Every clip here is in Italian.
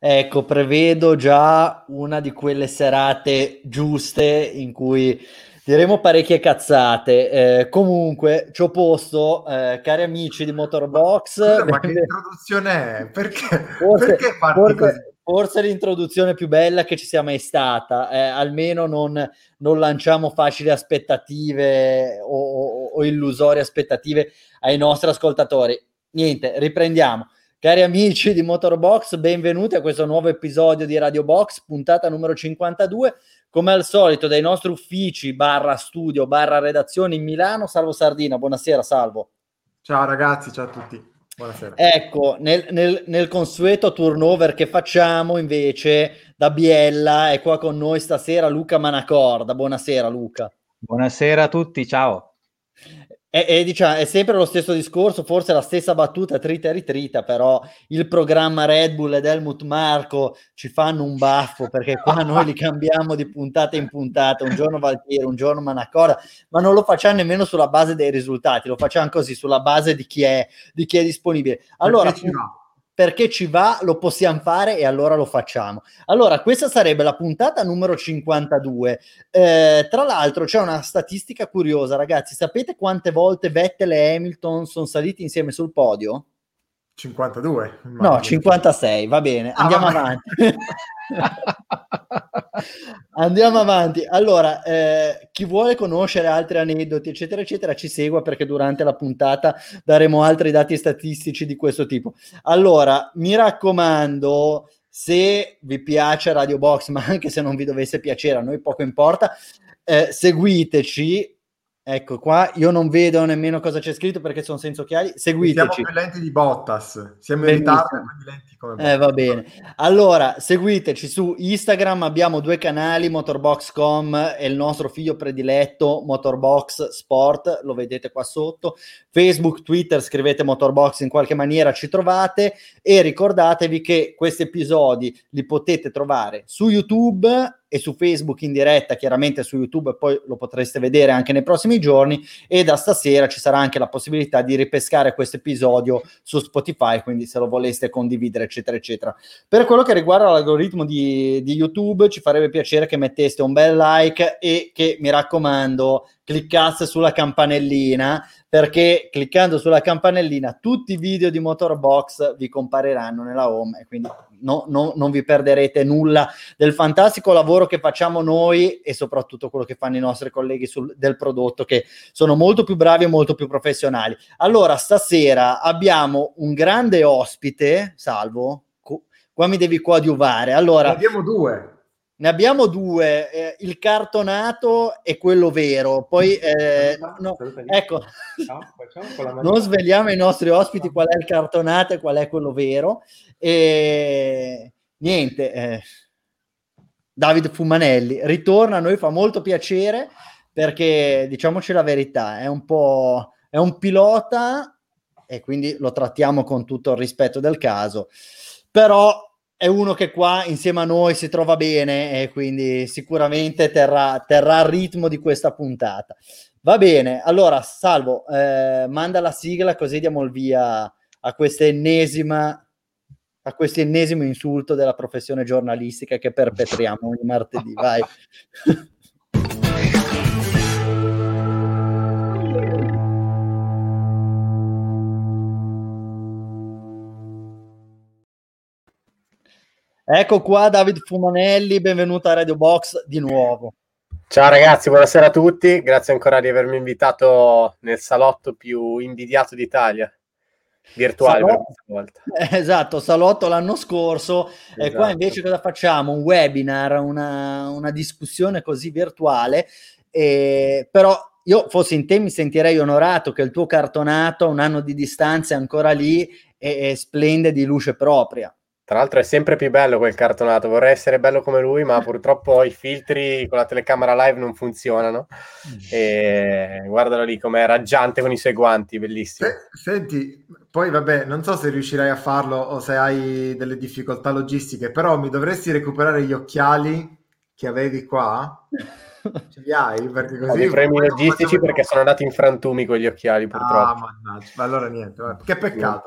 Ecco, prevedo già una di quelle serate giuste in cui diremo parecchie cazzate. Comunque, ci ho posto, cari amici di Motorbox, Scusa, ma che introduzione è? forse, Perché parti così? forse l'introduzione più bella che ci sia mai stata. Almeno non lanciamo facili aspettative o illusorie aspettative ai nostri ascoltatori. Niente, riprendiamo. Cari amici di Motorbox, benvenuti a questo nuovo episodio di Radio Box, puntata numero 52. Come al solito, dai nostri uffici, barra studio, barra redazione in Milano, Salvo Sardina. Buonasera, Salvo. Ciao ragazzi, ciao a tutti. Buonasera. Ecco, nel consueto turnover che facciamo, invece, da Biella è qua con noi stasera Luca Manacorda. Buonasera, Luca. Buonasera a tutti, ciao. Diciamo, è sempre lo stesso discorso, forse la stessa battuta trita e ritrita, però il programma Red Bull ed Helmut Marko ci fanno un baffo, perché qua noi li cambiamo di puntata in puntata, un giorno Valtieri, un giorno Manacora, ma non lo facciamo nemmeno sulla base dei risultati, lo facciamo così, sulla base di chi è disponibile. Allora, perché ci va, lo possiamo fare e allora lo facciamo. Allora, questa sarebbe la puntata numero 52. Tra l'altro c'è una statistica curiosa, ragazzi. Sapete quante volte Vettel e Hamilton sono saliti insieme sul podio? 52, No, immagino. 56, va bene. Andiamo avanti. Andiamo avanti. Allora, chi vuole conoscere altri aneddoti, eccetera, eccetera, ci segua, perché durante la puntata daremo altri dati statistici di questo tipo. Allora, mi raccomando, se vi piace Radio Box, ma anche se non vi dovesse piacere, a noi poco importa, seguiteci. Ecco qua, io non vedo nemmeno cosa c'è scritto perché sono senza occhiali. Seguiteci. Siamo più lenti di Bottas, siamo in ritardo e quindi lenti come Bottas. Va bene. Allora, seguiteci su Instagram, abbiamo due canali, Motorbox.com e il nostro figlio prediletto Motorbox Sport, lo vedete qua sotto. Facebook, Twitter, scrivete Motorbox, in qualche maniera ci trovate, e ricordatevi che questi episodi li potete trovare su YouTube e su Facebook in diretta, chiaramente su YouTube, poi lo potreste vedere anche nei prossimi giorni, e da stasera ci sarà anche la possibilità di ripescare questo episodio su Spotify, quindi se lo voleste condividere, eccetera eccetera. Per quello che riguarda l'algoritmo di YouTube, ci farebbe piacere che metteste un bel like e che, mi raccomando, cliccasse sulla campanellina, perché cliccando sulla campanellina tutti i video di Motorbox vi compariranno nella home, e quindi non vi perderete nulla del fantastico lavoro che facciamo noi e soprattutto quello che fanno i nostri colleghi del prodotto, che sono molto più bravi e molto più professionali. Allora, stasera abbiamo un grande ospite, Salvo, qua mi devi coadiuvare. Allora, ne abbiamo due, il cartonato e quello vero. Poi ecco, non sveliamo ai nostri ospiti qual è il cartonato e qual è quello vero. E niente, Davide Fumanelli ritorna, a noi fa molto piacere, perché diciamoci la verità, è un pilota e quindi lo trattiamo con tutto il rispetto del caso, però è uno che qua insieme a noi si trova bene e quindi sicuramente terrà il ritmo di questa puntata. Va bene, allora Salvo, manda la sigla, così diamo il via a questo ennesimo insulto della professione giornalistica che perpetriamo ogni martedì. Vai. Ecco qua Davide Fumanelli, benvenuto a Radio Box di nuovo. Ciao ragazzi, buonasera a tutti, grazie ancora di avermi invitato nel salotto più invidiato d'Italia, virtuale per questa volta. Esatto, salotto l'anno scorso, Esatto. E qua invece cosa facciamo? Un webinar, una discussione così virtuale, però io fossi in te mi sentirei onorato che il tuo cartonato a un anno di distanza è ancora lì e splende di luce propria. Tra l'altro è sempre più bello quel cartonato, vorrei essere bello come lui, ma purtroppo i filtri con la telecamera live non funzionano. E guardalo lì com'è raggiante con i suoi guanti, bellissimo. Senti, poi vabbè, non so se riuscirai a farlo o se hai delle difficoltà logistiche, però mi dovresti recuperare gli occhiali che avevi qua. Ce li hai? Perché così ho dei problemi logistici perché sono andati in frantumi quegli occhiali, purtroppo. Ah, mannaggia, allora niente, che peccato.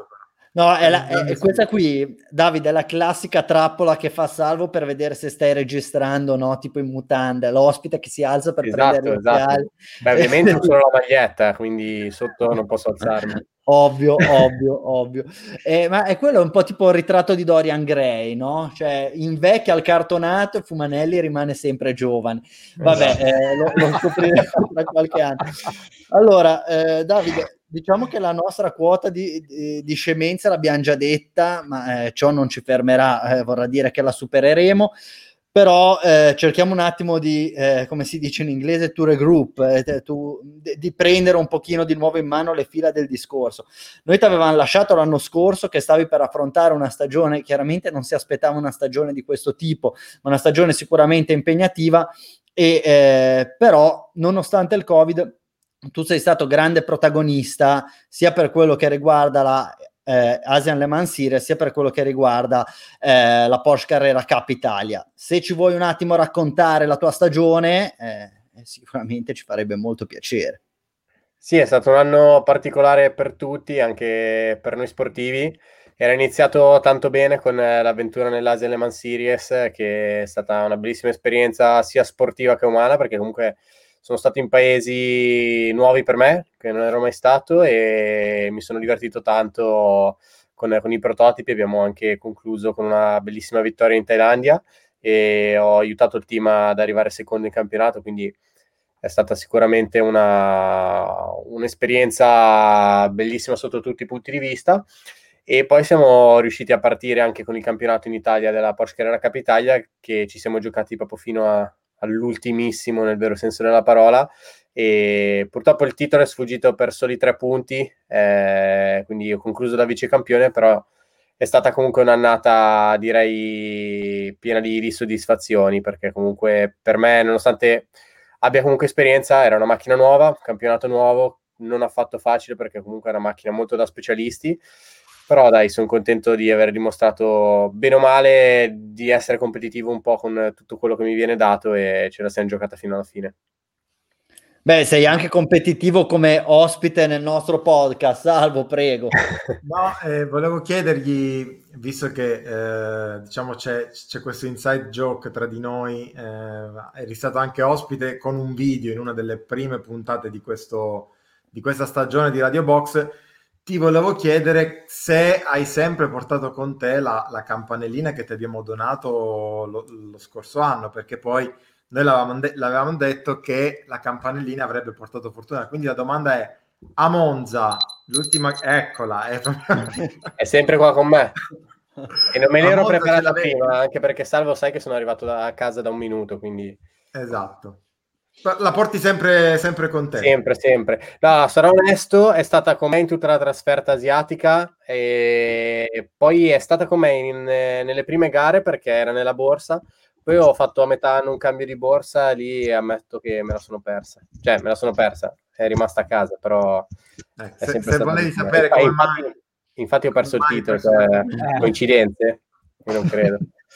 No, è questa qui, Davide, è la classica trappola che fa Salvo per vedere se stai registrando, no? Tipo in mutande, l'ospite che si alza per prendere gli occhiali. Beh, ovviamente ho solo la maglietta, quindi sotto non posso alzarmi. Ovvio. Ma è quello un po' tipo il ritratto di Dorian Gray, no? Cioè invecchia al cartonato e Fumanelli rimane sempre giovane. Vabbè, lo scopriremo tra qualche anno. Allora, Davide, diciamo che la nostra quota di scemenza l'abbiamo già detta, ma ciò non ci fermerà, vorrà dire che la supereremo. Però cerchiamo un attimo di, come si dice in inglese, to regroup, di prendere un pochino di nuovo in mano le fila del discorso. Noi ti avevamo lasciato l'anno scorso che stavi per affrontare una stagione, chiaramente non si aspettava una stagione di questo tipo, ma una stagione sicuramente impegnativa, e però nonostante il Covid tu sei stato grande protagonista sia per quello che riguarda la Asian Le Mans Series sia per quello che riguarda la Porsche Carrera Cup Italia. Se ci vuoi un attimo raccontare la tua stagione, sicuramente ci farebbe molto piacere. Sì, è stato un anno particolare per tutti, anche per noi sportivi. Era iniziato tanto bene con l'avventura nell'Asian Le Mans Series, che è stata una bellissima esperienza sia sportiva che umana, perché comunque sono stato in paesi nuovi per me, che non ero mai stato, e mi sono divertito tanto con i prototipi. Abbiamo anche concluso con una bellissima vittoria in Thailandia e ho aiutato il team ad arrivare secondo in campionato, quindi è stata sicuramente un'esperienza bellissima sotto tutti i punti di vista. E poi siamo riusciti a partire anche con il campionato in Italia della Porsche Carrera Cup Italia, che ci siamo giocati proprio fino all'ultimissimo nel vero senso della parola, e purtroppo il titolo è sfuggito per soli 3 punti, quindi ho concluso da vicecampione, però è stata comunque un'annata, direi, piena di soddisfazioni, perché comunque per me, nonostante abbia comunque esperienza, era una macchina nuova, campionato nuovo, non affatto facile perché comunque è una macchina molto da specialisti, però dai, sono contento di aver dimostrato bene o male di essere competitivo un po' con tutto quello che mi viene dato, e ce la siamo giocata fino alla fine. Beh, sei anche competitivo come ospite nel nostro podcast, Salvo, prego. No, volevo chiedergli, visto che diciamo c'è questo inside joke tra di noi, eri stato anche ospite con un video in una delle prime puntate di questa stagione di Radio Box. Ti volevo chiedere se hai sempre portato con te la campanellina che ti abbiamo donato lo scorso anno, perché poi noi l'avevamo detto che la campanellina avrebbe portato fortuna. Quindi la domanda è: a Monza, l'ultima, eccola, è sempre qua con me. E non me l'ero preparata prima, anche perché Salvo sai che sono arrivato a casa da un minuto, quindi... Esatto. La porti sempre con te? Sempre. No, sarò onesto, è stata con me in tutta la trasferta asiatica, e poi è stata con me nelle prime gare perché era nella borsa. Poi ho fatto a metà anno un cambio di borsa, lì ammetto che me la sono persa. Cioè, me la sono persa, è rimasta a casa, però... se volevi sapere come mai... Infatti ho perso il titolo, cioè, coincidenze? Io non credo.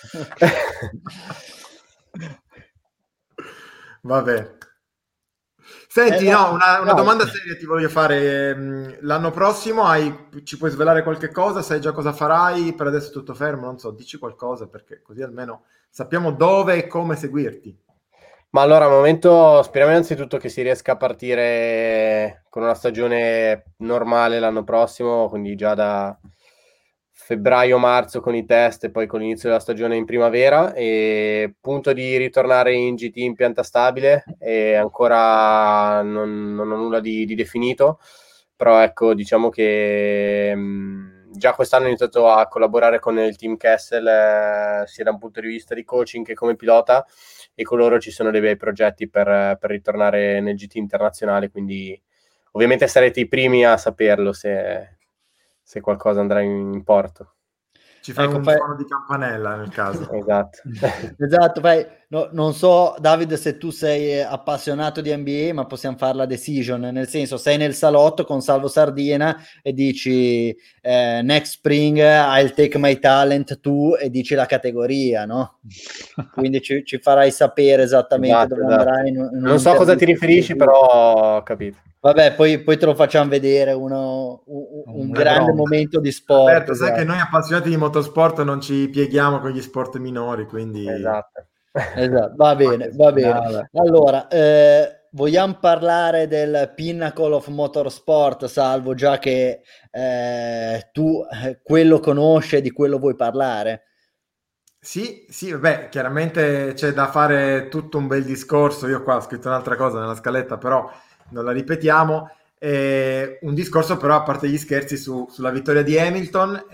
Vabbè. Senti, no, una domanda seria ti voglio fare. L'anno prossimo ci puoi svelare qualche cosa? Sai già cosa farai? Per adesso è tutto fermo, non so, dici qualcosa, perché così almeno sappiamo dove e come seguirti. Ma allora, al momento speriamo innanzitutto che si riesca a partire con una stagione normale l'anno prossimo, quindi già da febbraio-marzo con i test e poi con l'inizio della stagione in primavera, e punto di ritornare in GT in pianta stabile, e ancora non ho nulla di definito, però ecco, diciamo che già quest'anno ho iniziato a collaborare con il team Kessel, sia da un punto di vista di coaching che come pilota, e con loro ci sono dei bei progetti per ritornare nel GT internazionale, quindi ovviamente sarete i primi a saperlo se qualcosa andrà in porto. Ci fai un suono di campanella nel caso. Esatto. Non so, Davide, se tu sei appassionato di NBA, ma possiamo fare la decision, nel senso, sei nel salotto con Salvo Sardina e dici next spring I'll take my talent to, e dici la categoria, no? Quindi ci farai sapere esattamente dove andrai. Non so a cosa ti riferisci, però ho capito. Vabbè, poi te lo facciamo vedere un grande momento di sport. Alberto, sai che noi appassionati di motorsport non ci pieghiamo con gli sport minori, quindi... Esatto. Va bene. Allora, vogliamo parlare del Pinnacle of Motorsport, Salvo, già che tu quello conosci e di quello vuoi parlare? Sì, vabbè, chiaramente c'è da fare tutto un bel discorso. Io qua ho scritto un'altra cosa nella scaletta, però non la ripetiamo. Un discorso però, a parte gli scherzi, sulla vittoria di Hamilton,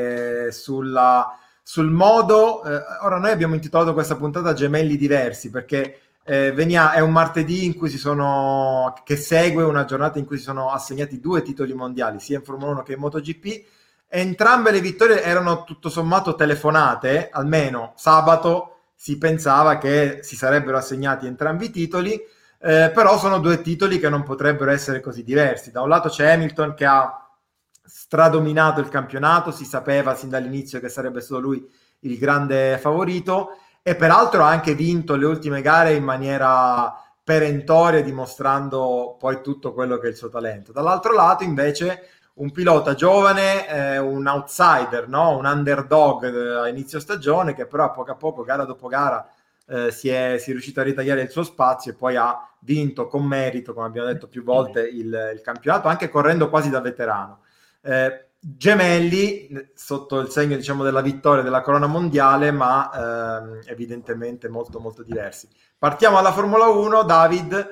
sul modo... ora noi abbiamo intitolato questa puntata Gemelli diversi, perché è un martedì che segue una giornata in cui si sono assegnati 2 titoli mondiali, sia in Formula 1 che in MotoGP. Entrambe le vittorie erano tutto sommato telefonate, almeno sabato si pensava che si sarebbero assegnati entrambi i titoli, però sono 2 titoli che non potrebbero essere così diversi. Da un lato c'è Hamilton che ha stradominato il campionato, si sapeva sin dall'inizio che sarebbe solo lui il grande favorito, e peraltro ha anche vinto le ultime gare in maniera perentoria, dimostrando poi tutto quello che è il suo talento. Dall'altro lato invece un pilota giovane, un outsider, no? Un underdog a inizio stagione, che però a poco, gara dopo gara, si è riuscito a ritagliare il suo spazio e poi ha vinto con merito, come abbiamo detto più volte, il campionato, anche correndo quasi da veterano. Gemelli sotto il segno, diciamo, della vittoria della corona mondiale, ma evidentemente molto molto diversi. Partiamo alla Formula 1, David.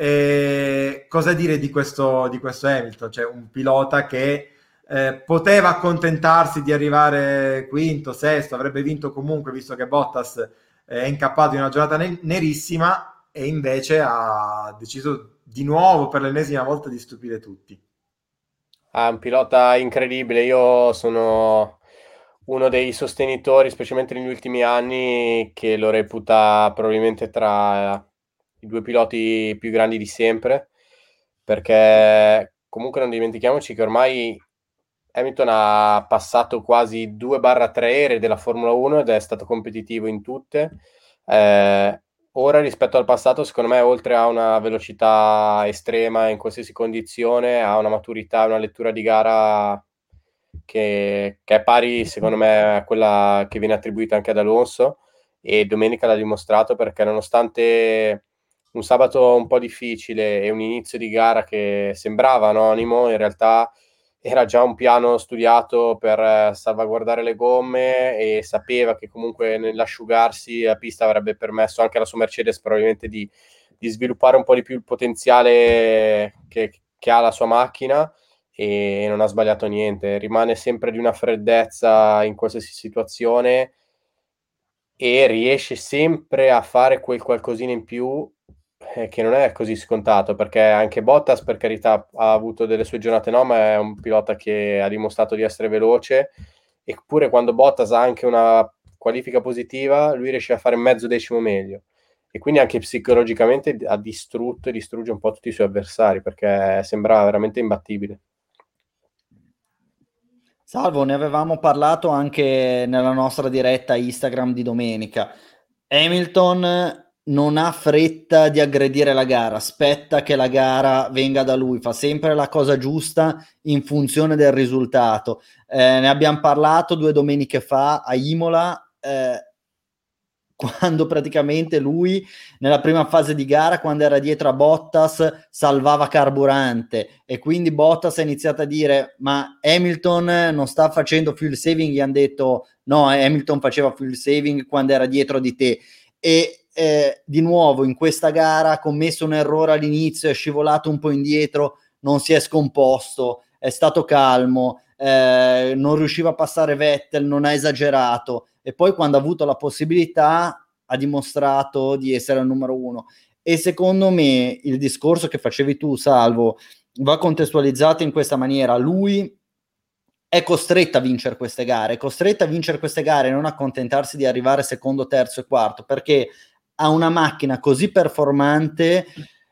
Cosa dire di questo Hamilton? Cioè, un pilota che poteva accontentarsi di arrivare quinto, sesto, avrebbe vinto comunque, visto che Bottas è incappato in una giornata nerissima, e invece ha deciso di nuovo per l'ennesima volta di stupire tutti. Un pilota incredibile. Io sono uno dei sostenitori, specialmente negli ultimi anni, che lo reputa probabilmente tra i 2 piloti più grandi di sempre, perché comunque non dimentichiamoci che ormai Hamilton ha passato quasi 2/3 ere della Formula 1 ed è stato competitivo in tutte. Ora, rispetto al passato, secondo me, oltre a una velocità estrema in qualsiasi condizione, ha una maturità, una lettura di gara che è pari, secondo me, a quella che viene attribuita anche ad Alonso, e domenica l'ha dimostrato, perché nonostante un sabato un po' difficile e un inizio di gara che sembrava anonimo, in realtà era già un piano studiato per salvaguardare le gomme, e sapeva che comunque nell'asciugarsi la pista avrebbe permesso anche alla sua Mercedes probabilmente di sviluppare un po' di più il potenziale che ha la sua macchina, e non ha sbagliato niente. Rimane sempre di una freddezza in qualsiasi situazione e riesce sempre a fare quel qualcosina in più, che non è così scontato, perché anche Bottas, per carità, ha avuto delle sue giornate, no, ma è un pilota che ha dimostrato di essere veloce, eppure quando Bottas ha anche una qualifica positiva, lui riesce a fare mezzo decimo meglio, e quindi anche psicologicamente ha distrutto e distrugge un po' tutti i suoi avversari, perché sembrava veramente imbattibile. Salvo, ne avevamo parlato anche nella nostra diretta Instagram di domenica. Hamilton non ha fretta di aggredire la gara, aspetta che la gara venga da lui, fa sempre la cosa giusta in funzione del risultato. Ne abbiamo parlato 2 domeniche fa a Imola, quando praticamente lui nella prima fase di gara, quando era dietro a Bottas, salvava carburante, e quindi Bottas ha iniziato a dire: ma Hamilton non sta facendo fuel saving. Gli hanno detto: no, Hamilton faceva fuel saving quando era dietro di te. E di nuovo in questa gara ha commesso un errore all'inizio, è scivolato un po' indietro, non si è scomposto, è stato calmo, non riusciva a passare Vettel, non ha esagerato, e poi quando ha avuto la possibilità ha dimostrato di essere il numero 1. E secondo me il discorso che facevi tu, Salvo, va contestualizzato in questa maniera: lui è costretto a vincere queste gare, e non accontentarsi di arrivare secondo, terzo e quarto, perché ha una macchina così performante,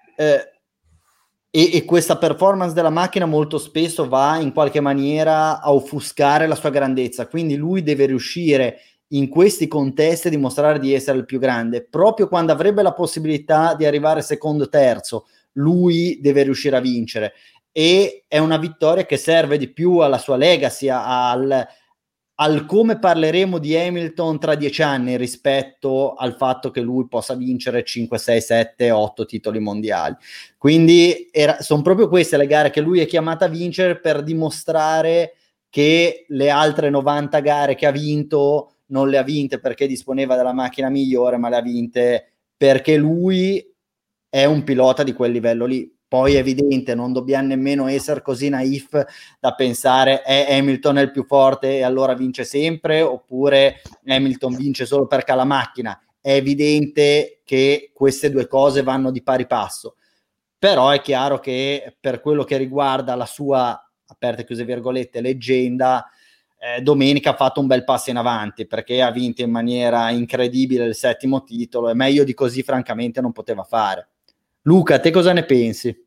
e questa performance della macchina molto spesso va in qualche maniera a offuscare la sua grandezza, quindi lui deve riuscire in questi contesti a dimostrare di essere il più grande. Proprio quando avrebbe la possibilità di arrivare secondo, terzo, lui deve riuscire a vincere, e è una vittoria che serve di più alla sua legacy, al come parleremo di Hamilton tra 10 anni rispetto al fatto che lui possa vincere 5, 6, 7, 8 titoli mondiali. Quindi sono proprio queste le gare che lui è chiamato a vincere, per dimostrare che le altre 90 gare che ha vinto non le ha vinte perché disponeva della macchina migliore, ma le ha vinte perché lui è un pilota di quel livello lì. Poi è evidente, non dobbiamo nemmeno essere così naif da pensare Hamilton è il più forte e allora vince sempre, oppure Hamilton vince solo perché ha la macchina. È evidente che queste due cose vanno di pari passo, però è chiaro che per quello che riguarda la sua, aperte e chiuse virgolette, leggenda, domenica ha fatto un bel passo in avanti, perché ha vinto in maniera incredibile il 7° titolo, e meglio di così francamente non poteva fare. Luca, te cosa ne pensi?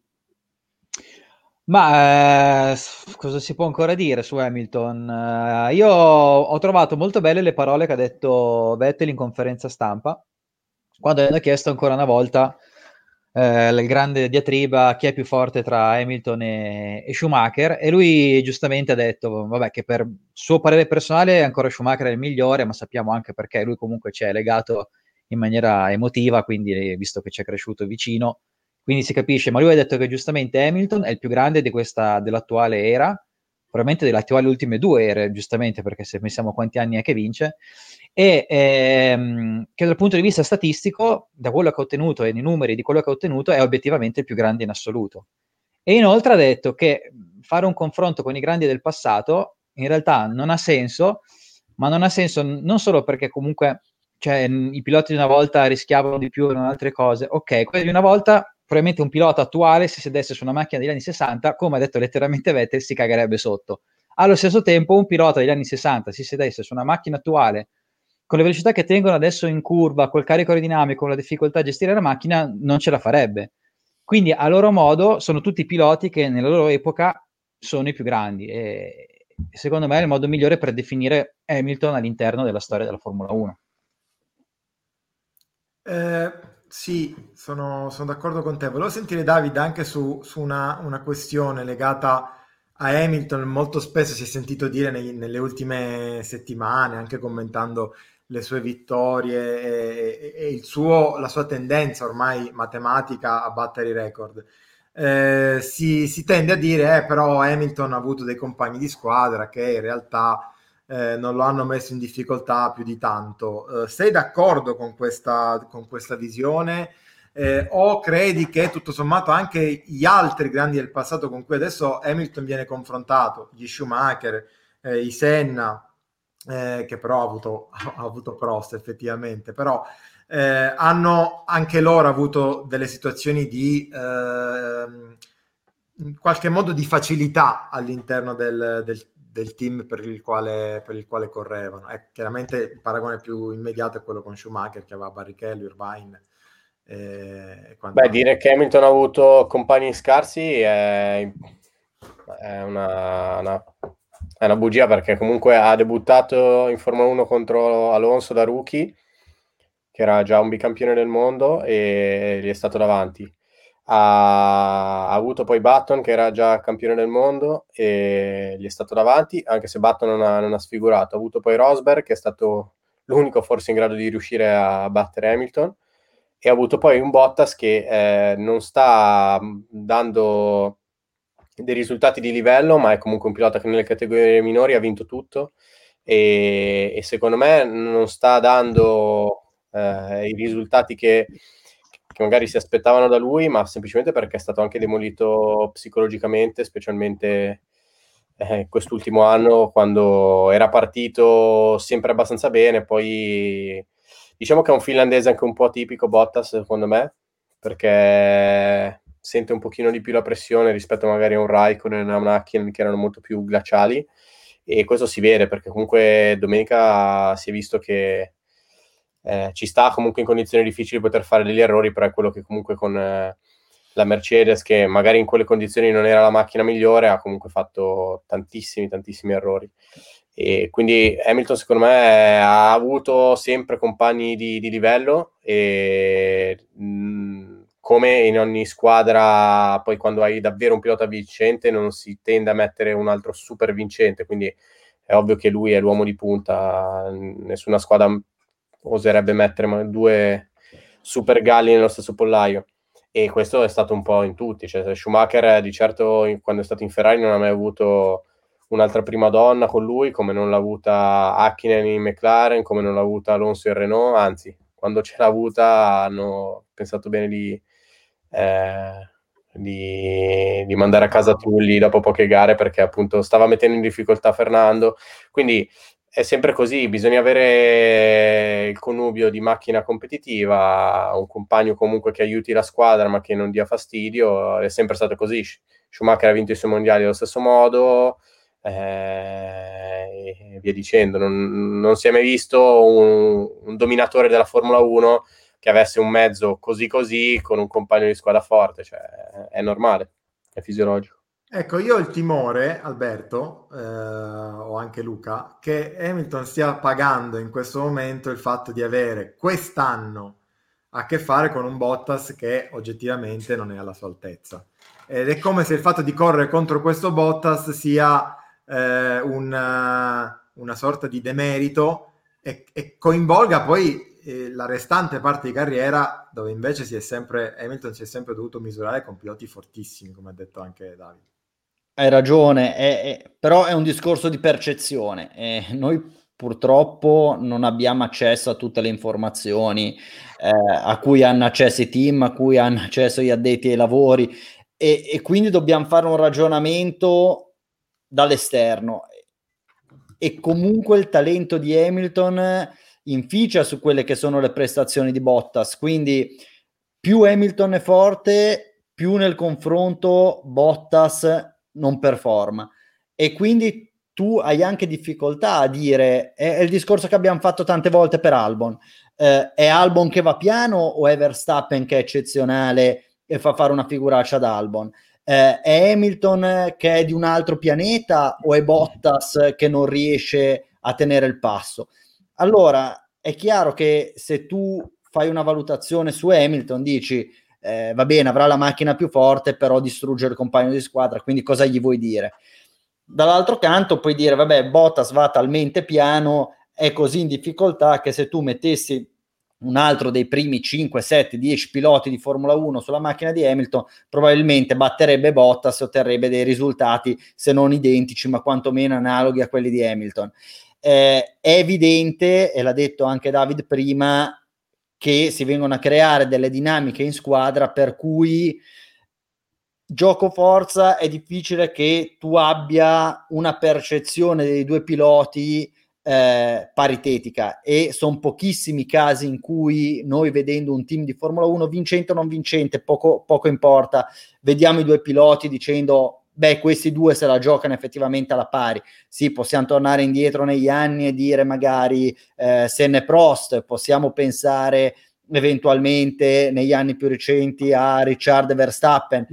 Ma cosa si può ancora dire su Hamilton? Io ho trovato molto belle le parole che ha detto Vettel in conferenza stampa, quando hanno chiesto ancora una volta il grande diatriba chi è più forte tra Hamilton e Schumacher, e lui giustamente ha detto vabbè, che per suo parere personale ancora Schumacher è il migliore, ma sappiamo anche perché lui comunque ci è legato in maniera emotiva, quindi visto che ci è cresciuto vicino, quindi si capisce. Ma lui ha detto che giustamente Hamilton è il più grande dell'attuale era, probabilmente delle attuali ultime 2 ere, giustamente, perché se pensiamo a quanti anni è che vince, e che dal punto di vista statistico, da quello che ha ottenuto e nei numeri di quello che ha ottenuto, è obiettivamente il più grande in assoluto. E inoltre ha detto che fare un confronto con i grandi del passato in realtà non ha senso, ma non ha senso non solo perché comunque, cioè, i piloti di una volta rischiavano di più in altre cose. Ok, quelli di una volta, probabilmente un pilota attuale, se sedesse su una macchina degli anni 60, come ha detto letteralmente Vettel, si cagherebbe sotto. Allo stesso tempo, un pilota degli anni 60, si sedesse su una macchina attuale, con le velocità che tengono adesso in curva, col carico aerodinamico, con la difficoltà a gestire la macchina, non ce la farebbe. Quindi, a loro modo, sono tutti piloti che nella loro epoca sono i più grandi. E secondo me è il modo migliore per definire Hamilton all'interno della storia della Formula 1. Sì, sono d'accordo con te. Volevo sentire Davide anche su una questione legata a Hamilton. Molto spesso si è sentito dire nelle ultime settimane, anche commentando le sue vittorie e la sua tendenza ormai matematica a battere i record. Si tende a dire, però Hamilton ha avuto dei compagni di squadra che in realtà non lo hanno messo in difficoltà più di tanto. Sei d'accordo con questa visione? O credi che tutto sommato anche gli altri grandi del passato con cui adesso Hamilton viene confrontato, gli Schumacher, i Senna, che però ha avuto Prost effettivamente, però hanno anche loro avuto delle situazioni di in qualche modo di facilità all'interno del team per il quale correvano. Chiaramente il paragone più immediato è quello con Schumacher, che aveva Barrichello, Irvine e Beh, dire che Hamilton ha avuto compagni scarsi è una bugia, perché comunque ha debuttato in Formula 1 contro Alonso da rookie, che era già un bicampione del mondo, e gli è stato davanti. Ha avuto poi Button, che era già campione del mondo, e gli è stato davanti, anche se Button non ha sfigurato. Ha avuto poi Rosberg, che è stato l'unico forse in grado di riuscire a battere Hamilton, e ha avuto poi un Bottas che non sta dando dei risultati di livello, ma è comunque un pilota che nelle categorie minori ha vinto tutto, e secondo me non sta dando i risultati che magari si aspettavano da lui, ma semplicemente perché è stato anche demolito psicologicamente, specialmente quest'ultimo anno, quando era partito sempre abbastanza bene. Poi diciamo che è un finlandese anche un po' atipico Bottas, secondo me, perché sente un pochino di più la pressione rispetto magari a un Raikkonen e a un Hakkinen, che erano molto più glaciali, e questo si vede perché comunque domenica si è visto che ci sta comunque in condizioni difficili poter fare degli errori, però è quello che comunque con la Mercedes, che magari in quelle condizioni non era la macchina migliore, ha comunque fatto tantissimi errori. E quindi Hamilton secondo me ha avuto sempre compagni di livello, e come in ogni squadra, poi quando hai davvero un pilota vincente non si tende a mettere un altro super vincente, quindi è ovvio che lui è l'uomo di punta, nessuna squadra oserebbe mettere 2 super galli nello stesso pollaio, e questo è stato un po' in tutti, cioè Schumacher di certo quando è stato in Ferrari non ha mai avuto un'altra prima donna con lui, come non l'ha avuta Hakkinen in McLaren, come non l'ha avuta Alonso in Renault, anzi quando ce l'ha avuta hanno pensato bene di mandare a casa Trulli dopo poche gare, perché appunto stava mettendo in difficoltà Fernando. Quindi è sempre così, bisogna avere il connubio di macchina competitiva, un compagno comunque che aiuti la squadra ma che non dia fastidio. È sempre stato così. Schumacher ha vinto i suoi mondiali allo stesso modo, e via dicendo. Non si è mai visto un dominatore della Formula 1 che avesse un mezzo così con un compagno di squadra forte, cioè è normale, è fisiologico. Ecco, io ho il timore, Alberto, o anche Luca, che Hamilton stia pagando in questo momento il fatto di avere quest'anno a che fare con un Bottas che oggettivamente non è alla sua altezza. Ed è come se il fatto di correre contro questo Bottas sia una sorta di demerito e coinvolga poi la restante parte di carriera, dove invece Hamilton si è sempre dovuto misurare con piloti fortissimi, come ha detto anche Davide. Hai ragione, però è un discorso di percezione. Noi purtroppo non abbiamo accesso a tutte le informazioni a cui hanno accesso i team, a cui hanno accesso gli addetti ai lavori, e quindi dobbiamo fare un ragionamento dall'esterno. E comunque il talento di Hamilton inficia su quelle che sono le prestazioni di Bottas, quindi più Hamilton è forte, più nel confronto Bottas non performa, e quindi tu hai anche difficoltà a dire, è il discorso che abbiamo fatto tante volte per Albon, è Albon che va piano o è Verstappen che è eccezionale e fa fare una figuraccia ad Albon? È Hamilton che è di un altro pianeta o è Bottas che non riesce a tenere il passo? Allora è chiaro che se tu fai una valutazione su Hamilton dici va bene, avrà la macchina più forte, però distrugge il compagno di squadra, quindi cosa gli vuoi dire? Dall'altro canto puoi dire vabbè, Bottas va talmente piano, è così in difficoltà che se tu mettessi un altro dei primi 5, 7, 10 piloti di Formula 1 sulla macchina di Hamilton, probabilmente batterebbe Bottas e otterrebbe dei risultati se non identici, ma quantomeno analoghi a quelli di Hamilton. È evidente, e l'ha detto anche David prima, che si vengono a creare delle dinamiche in squadra per cui gioco forza è difficile che tu abbia una percezione dei due piloti paritetica, e sono pochissimi casi in cui noi, vedendo un team di Formula 1 vincente o non vincente, poco importa, vediamo i due piloti dicendo beh, questi due se la giocano effettivamente alla pari. Sì, possiamo tornare indietro negli anni e dire magari Senna e Prost, possiamo pensare eventualmente negli anni più recenti a Ricciardo e Verstappen,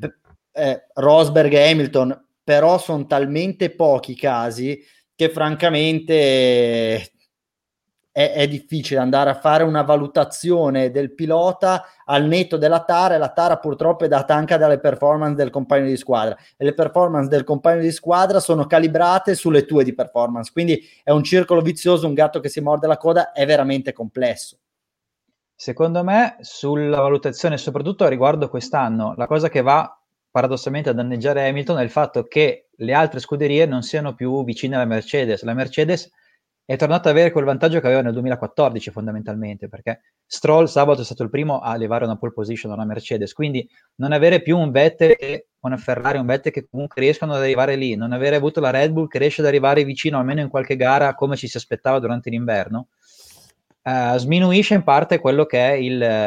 Rosberg e Hamilton, però sono talmente pochi casi che francamente è difficile andare a fare una valutazione del pilota al netto della tara, e la tara purtroppo è data anche dalle performance del compagno di squadra, e le performance del compagno di squadra sono calibrate sulle tue di performance, quindi è un circolo vizioso, un gatto che si morde la coda, è veramente complesso. Secondo me, sulla valutazione, soprattutto riguardo quest'anno, la cosa che va paradossalmente a danneggiare Hamilton è il fatto che le altre scuderie non siano più vicine alla Mercedes. La Mercedes è tornata ad avere quel vantaggio che aveva nel 2014 fondamentalmente, perché Stroll sabato è stato il primo a levare una pole position alla Mercedes, quindi non avere più un Vettel e una Ferrari, un Vettel che comunque riescono ad arrivare lì, non avere avuto la Red Bull che riesce ad arrivare vicino almeno in qualche gara come ci si aspettava durante l'inverno, sminuisce in parte quello che è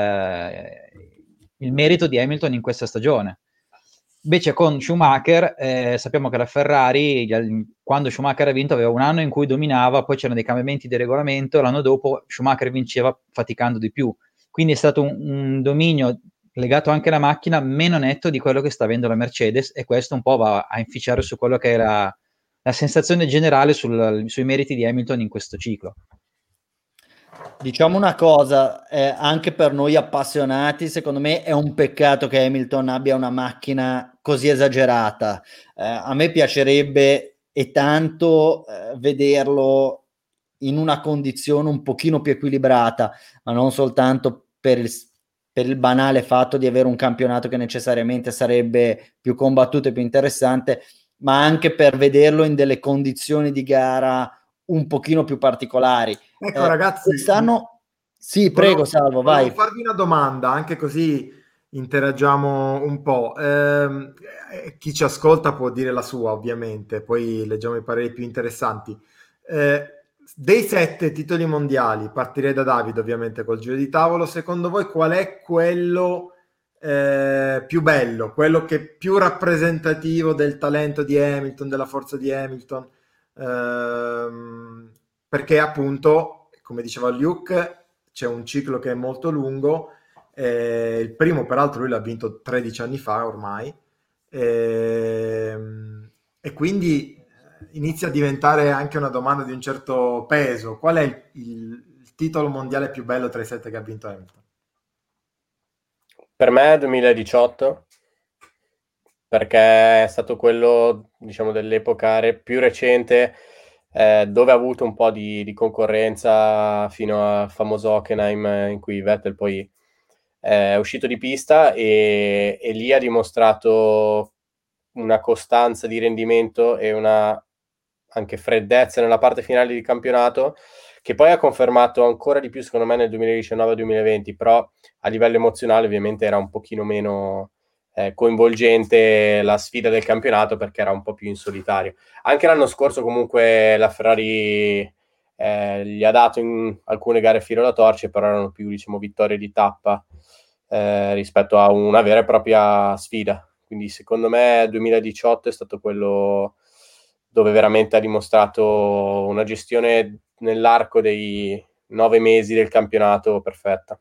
il merito di Hamilton in questa stagione. Invece con Schumacher sappiamo che la Ferrari, quando Schumacher ha vinto, aveva un anno in cui dominava, poi c'erano dei cambiamenti di regolamento, l'anno dopo Schumacher vinceva faticando di più, quindi è stato un dominio legato anche alla macchina meno netto di quello che sta avendo la Mercedes, e questo un po' va a inficiare su quello che è la sensazione generale sui meriti di Hamilton in questo ciclo. Diciamo una cosa, anche per noi appassionati, secondo me è un peccato che Hamilton abbia una macchina così esagerata. A me piacerebbe e tanto vederlo in una condizione un pochino più equilibrata, ma non soltanto per il banale fatto di avere un campionato che necessariamente sarebbe più combattuto e più interessante, ma anche per vederlo in delle condizioni di gara un pochino più particolari. Ecco ragazzi, Quest'anno, sì, prego Salvo, volevo vai. farvi una domanda, anche così interagiamo un po'. Chi ci ascolta può dire la sua, ovviamente, poi leggiamo i pareri più interessanti. Dei 7 titoli mondiali, partirei da Davide ovviamente col giro di tavolo, secondo voi qual è quello più bello, quello che è più rappresentativo del talento di Hamilton, della forza di Hamilton? Perché appunto, come diceva Luke, c'è un ciclo che è molto lungo, il primo peraltro lui l'ha vinto 13 anni fa ormai, e quindi inizia a diventare anche una domanda di un certo peso. Qual è il titolo mondiale più bello tra i 7 che ha vinto Hamilton? Per me è 2018, perché è stato quello, diciamo, dell'epoca più recente, dove ha avuto un po' di concorrenza fino al famoso Hockenheim, in cui Vettel poi è uscito di pista e lì ha dimostrato una costanza di rendimento e una anche freddezza nella parte finale di campionato, che poi ha confermato ancora di più secondo me nel 2019-2020, però a livello emozionale ovviamente era un pochino meno coinvolgente la sfida del campionato, perché era un po' più in solitario. Anche l'anno scorso comunque la Ferrari gli ha dato in alcune gare filo alla torcia, però erano più, diciamo, vittorie di tappa rispetto a una vera e propria sfida. Quindi secondo me 2018 è stato quello dove veramente ha dimostrato una gestione nell'arco dei 9 mesi del campionato perfetta.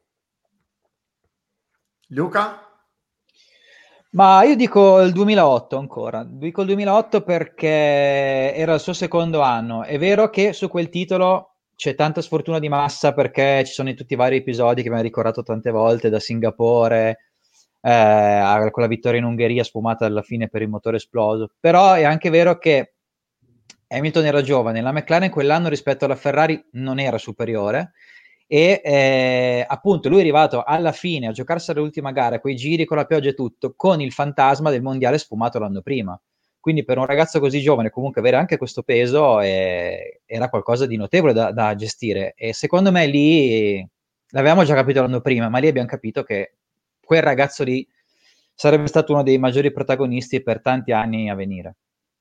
Luca? Ma io dico il 2008 ancora, dico il 2008 perché era il suo secondo anno. È vero che su quel titolo c'è tanta sfortuna di massa perché ci sono tutti i vari episodi che mi hanno ricordato tante volte, da Singapore a quella vittoria in Ungheria sfumata alla fine per il motore esploso. Però è anche vero che Hamilton era giovane, la McLaren quell'anno rispetto alla Ferrari non era superiore e appunto lui è arrivato alla fine a giocarsi l'ultima gara, quei giri con la pioggia e tutto, con il fantasma del mondiale sfumato l'anno prima. Quindi per un ragazzo così giovane comunque avere anche questo peso era qualcosa di notevole da gestire, e secondo me lì l'avevamo già capito l'anno prima, ma lì abbiamo capito che quel ragazzo lì sarebbe stato uno dei maggiori protagonisti per tanti anni a venire.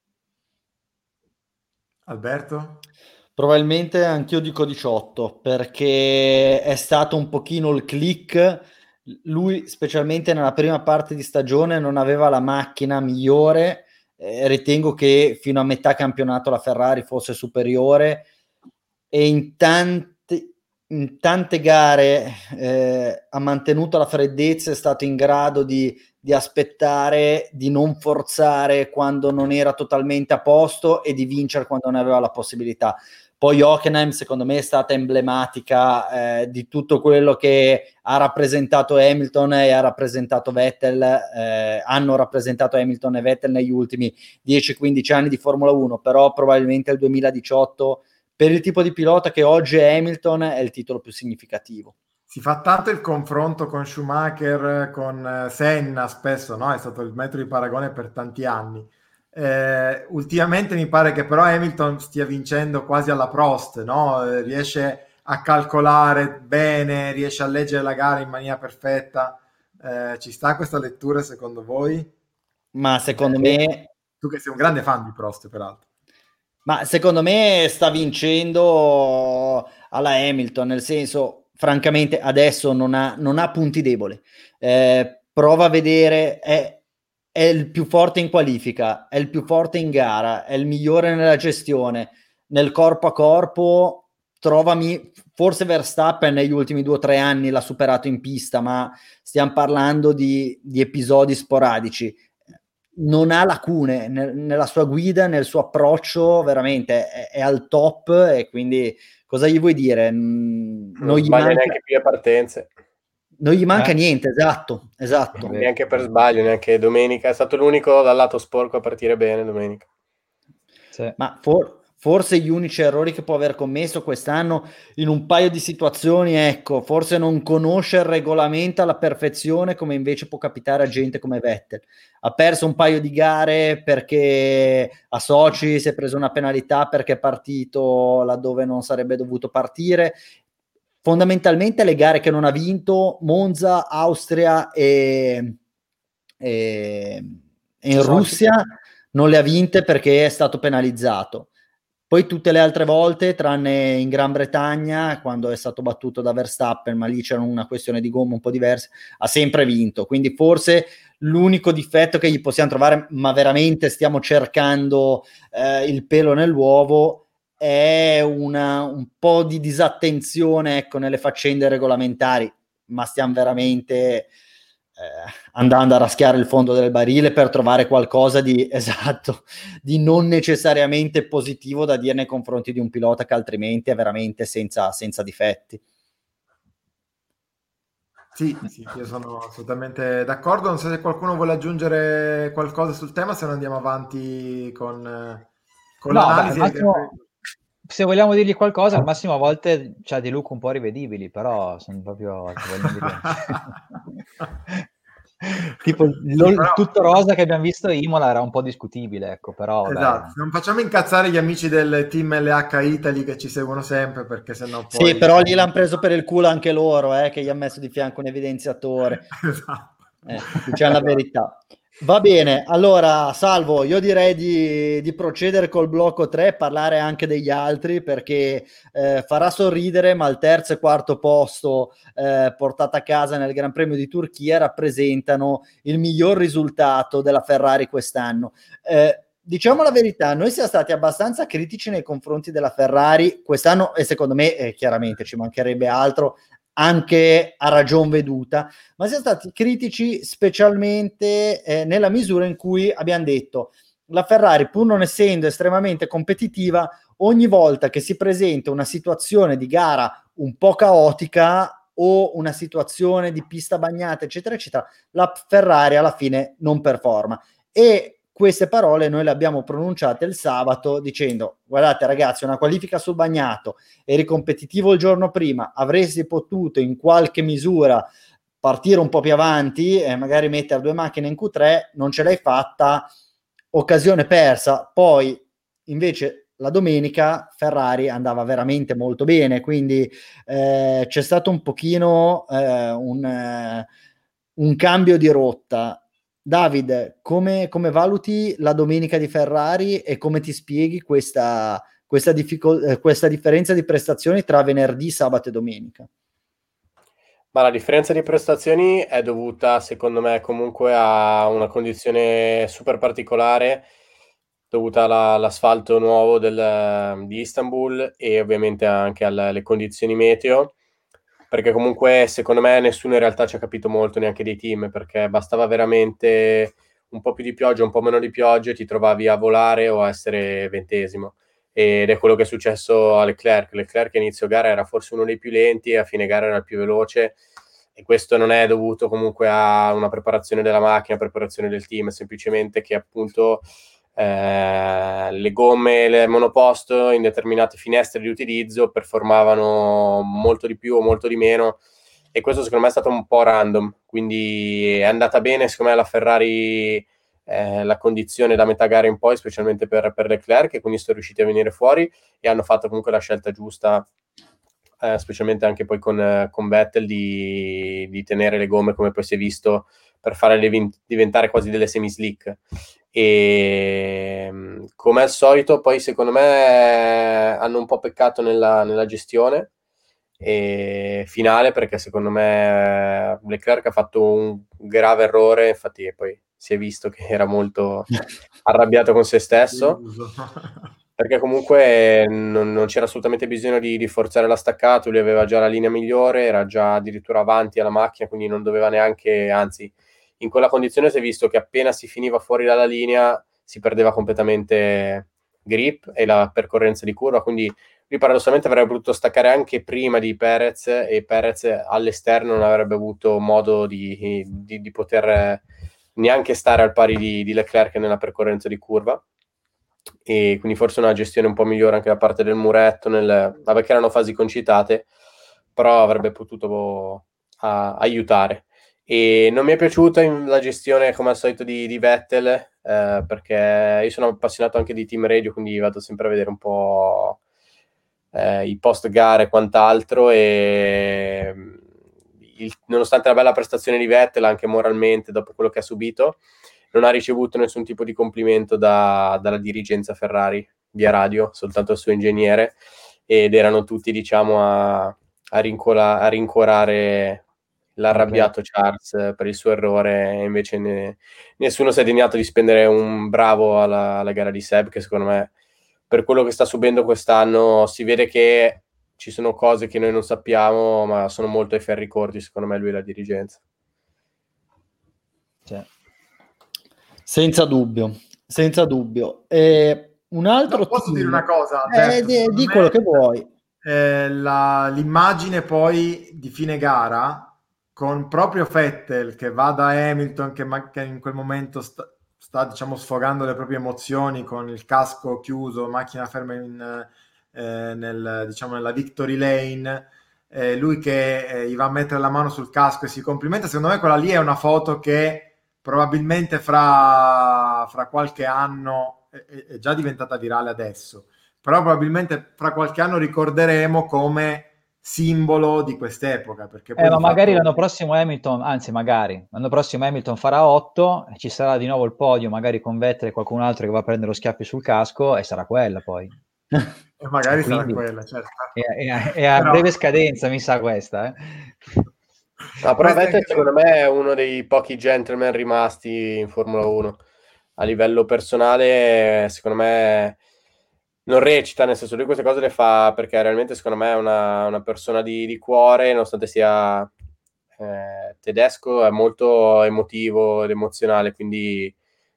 Alberto? Probabilmente anch'io dico 18 perché è stato un pochino il click. Lui, specialmente nella prima parte di stagione, non aveva la macchina migliore. Ritengo che fino a metà campionato la Ferrari fosse superiore e in tante gare ha mantenuto la freddezza, è stato in grado di aspettare, di non forzare quando non era totalmente a posto e di vincere quando ne aveva la possibilità. Poi Hockenheim secondo me è stata emblematica di tutto quello che ha rappresentato Hamilton e ha rappresentato Vettel, hanno rappresentato Hamilton e Vettel negli ultimi 10-15 anni di Formula 1, però probabilmente il 2018 per il tipo di pilota che oggi è Hamilton è il titolo più significativo. Si fa tanto il confronto con Schumacher, con Senna spesso, no? È stato il metro di paragone per tanti anni. Ultimamente mi pare che però Hamilton stia vincendo quasi alla Prost, no? Riesce a calcolare bene, riesce a leggere la gara in maniera perfetta. Ci sta questa lettura secondo voi? Ma secondo me... Tu che sei un grande fan di Prost, peraltro. Ma secondo me sta vincendo alla Hamilton, nel senso, francamente, adesso non ha punti deboli. Prova a vedere, è il più forte in qualifica, è il più forte in gara, è il migliore nella gestione, nel corpo a corpo. Trovami, forse Verstappen negli ultimi 2 o 3 anni l'ha superato in pista, ma stiamo parlando di episodi sporadici. Non ha lacune nella sua guida, nel suo approccio, veramente è al top, e quindi cosa gli vuoi dire? non gli sbaglia manca, neanche più le partenze. non gli manca niente, esatto. Neanche per sbaglio, neanche domenica. È stato l'unico dal lato sporco a partire bene domenica. Sì. Ma forse gli unici errori che può aver commesso quest'anno in un paio di situazioni, ecco, forse non conosce il regolamento alla perfezione, come invece può capitare a gente come Vettel. Ha perso un paio di gare perché a Sochi si è preso una penalità perché è partito laddove non sarebbe dovuto partire. Fondamentalmente le gare che non ha vinto, Monza, Austria e in Russia, non le ha vinte perché è stato penalizzato. Poi tutte le altre volte, tranne in Gran Bretagna, quando è stato battuto da Verstappen, ma lì c'era una questione di gomma un po' diversa, ha sempre vinto. Quindi forse l'unico difetto che gli possiamo trovare, ma veramente stiamo cercando il pelo nell'uovo, è un po' di disattenzione, ecco, nelle faccende regolamentari, ma stiamo veramente andando a raschiare il fondo del barile per trovare qualcosa di esatto, di non necessariamente positivo da dire nei confronti di un pilota che altrimenti è veramente senza difetti. Sì, io sono assolutamente d'accordo. Non so se qualcuno vuole aggiungere qualcosa sul tema, se no andiamo avanti con l'analisi. Beh, se vogliamo dirgli qualcosa, al massimo a volte c'ha dei look un po' rivedibili, però sono proprio tipo tutto rosa che abbiamo visto a Imola era un po' discutibile, ecco, però vabbè. Esatto, non facciamo incazzare gli amici del team LH Italy che ci seguono sempre, perché sennò poi... Sì, però lì l'hanno preso per il culo anche loro, che gli ha messo di fianco un evidenziatore. Esatto. Diciamo la verità. Va bene, allora Salvo, io direi di procedere col blocco 3, parlare anche degli altri perché farà sorridere, ma il terzo e quarto posto portato a casa nel Gran Premio di Turchia rappresentano il miglior risultato della Ferrari quest'anno. Diciamo la verità, noi siamo stati abbastanza critici nei confronti della Ferrari quest'anno e secondo me chiaramente ci mancherebbe altro, anche a ragion veduta, ma siamo stati critici specialmente nella misura in cui abbiamo detto la Ferrari, pur non essendo estremamente competitiva, ogni volta che si presenta una situazione di gara un po' caotica o una situazione di pista bagnata, eccetera, eccetera, la Ferrari alla fine non performa. E queste parole noi le abbiamo pronunciate il sabato dicendo: guardate ragazzi, una qualifica sul bagnato, eri competitivo il giorno prima, avresti potuto in qualche misura partire un po' più avanti e magari mettere 2 macchine in Q3, non ce l'hai fatta, occasione persa. Poi invece la domenica Ferrari andava veramente molto bene, quindi c'è stato un pochino un cambio di rotta. David, come valuti la domenica di Ferrari e come ti spieghi questa differenza di prestazioni tra venerdì, sabato e domenica? Ma la differenza di prestazioni è dovuta, secondo me, comunque a una condizione super particolare, dovuta all'asfalto nuovo di Istanbul e ovviamente anche alle condizioni meteo, perché comunque secondo me nessuno in realtà ci ha capito molto, neanche dei team, perché bastava veramente un po' più di pioggia, un po' meno di pioggia e ti trovavi a volare o a essere 20esimo. Ed è quello che è successo a Leclerc. Leclerc a inizio gara era forse uno dei più lenti e a fine gara era il più veloce, e questo non è dovuto comunque a una preparazione della macchina, preparazione del team, semplicemente che appunto le gomme, le monoposto in determinate finestre di utilizzo performavano molto di più o molto di meno, e questo secondo me è stato un po' random, quindi è andata bene secondo me alla Ferrari la condizione da metà gara in poi, specialmente per Leclerc, e quindi sono riusciti a venire fuori e hanno fatto comunque la scelta giusta, specialmente anche poi con Vettel di tenere le gomme come poi si è visto, per farle diventare quasi delle semi-slick. E come al solito poi secondo me hanno un po' peccato nella gestione finale, perché secondo me Leclerc ha fatto un grave errore, infatti poi si è visto che era molto arrabbiato con se stesso, perché comunque non c'era assolutamente bisogno di forzare la staccato, lui aveva già la linea migliore, era già addirittura avanti alla macchina, quindi non doveva neanche, anzi in quella condizione si è visto che appena si finiva fuori dalla linea si perdeva completamente grip e la percorrenza di curva, quindi paradossalmente avrebbe potuto staccare anche prima di Perez, e Perez all'esterno non avrebbe avuto modo di poter neanche stare al pari di Leclerc nella percorrenza di curva, e quindi forse una gestione un po' migliore anche da parte del muretto, vabbè che erano fasi concitate, però avrebbe potuto aiutare. E non mi è piaciuta la gestione come al solito di Vettel, perché io sono appassionato anche di team radio, quindi vado sempre a vedere un po' i post gare e quant'altro, e nonostante la bella prestazione di Vettel anche moralmente dopo quello che ha subito, non ha ricevuto nessun tipo di complimento dalla dirigenza Ferrari via radio, soltanto il suo ingegnere, ed erano tutti, diciamo, a rincuorare l'arrabbiato Charles per il suo errore, e invece nessuno si è degnato di spendere un bravo alla gara di Seb, che secondo me, per quello che sta subendo quest'anno, si vede che ci sono cose che noi non sappiamo, ma sono molto ai ferri corti, secondo me, lui e la dirigenza. Cioè. Senza dubbio. Un altro posso team... dire una cosa? Di quello che vuoi. L'immagine poi di fine gara con proprio Vettel che va da Hamilton, che in quel momento sta diciamo sfogando le proprie emozioni con il casco chiuso, macchina ferma nella victory lane, lui che gli va a mettere la mano sul casco e si complimenta. Secondo me quella lì è una foto che probabilmente fra qualche anno è già diventata virale adesso, però probabilmente fra qualche anno ricorderemo come simbolo di quest'epoca, perché poi ma magari l'anno prossimo Hamilton farà 8 e ci sarà di nuovo il podio, magari con Vettel e qualcun altro che va a prendere lo schiaffo sul casco, e sarà quella poi. E magari quindi, sarà quella, certo. È a breve scadenza, mi sa questa. No, però Vettel secondo me è uno dei pochi gentleman rimasti in Formula 1. A livello personale, secondo me non recita, nel senso, lui queste cose le fa perché realmente secondo me è una persona di cuore, nonostante sia tedesco, è molto emotivo ed emozionale, quindi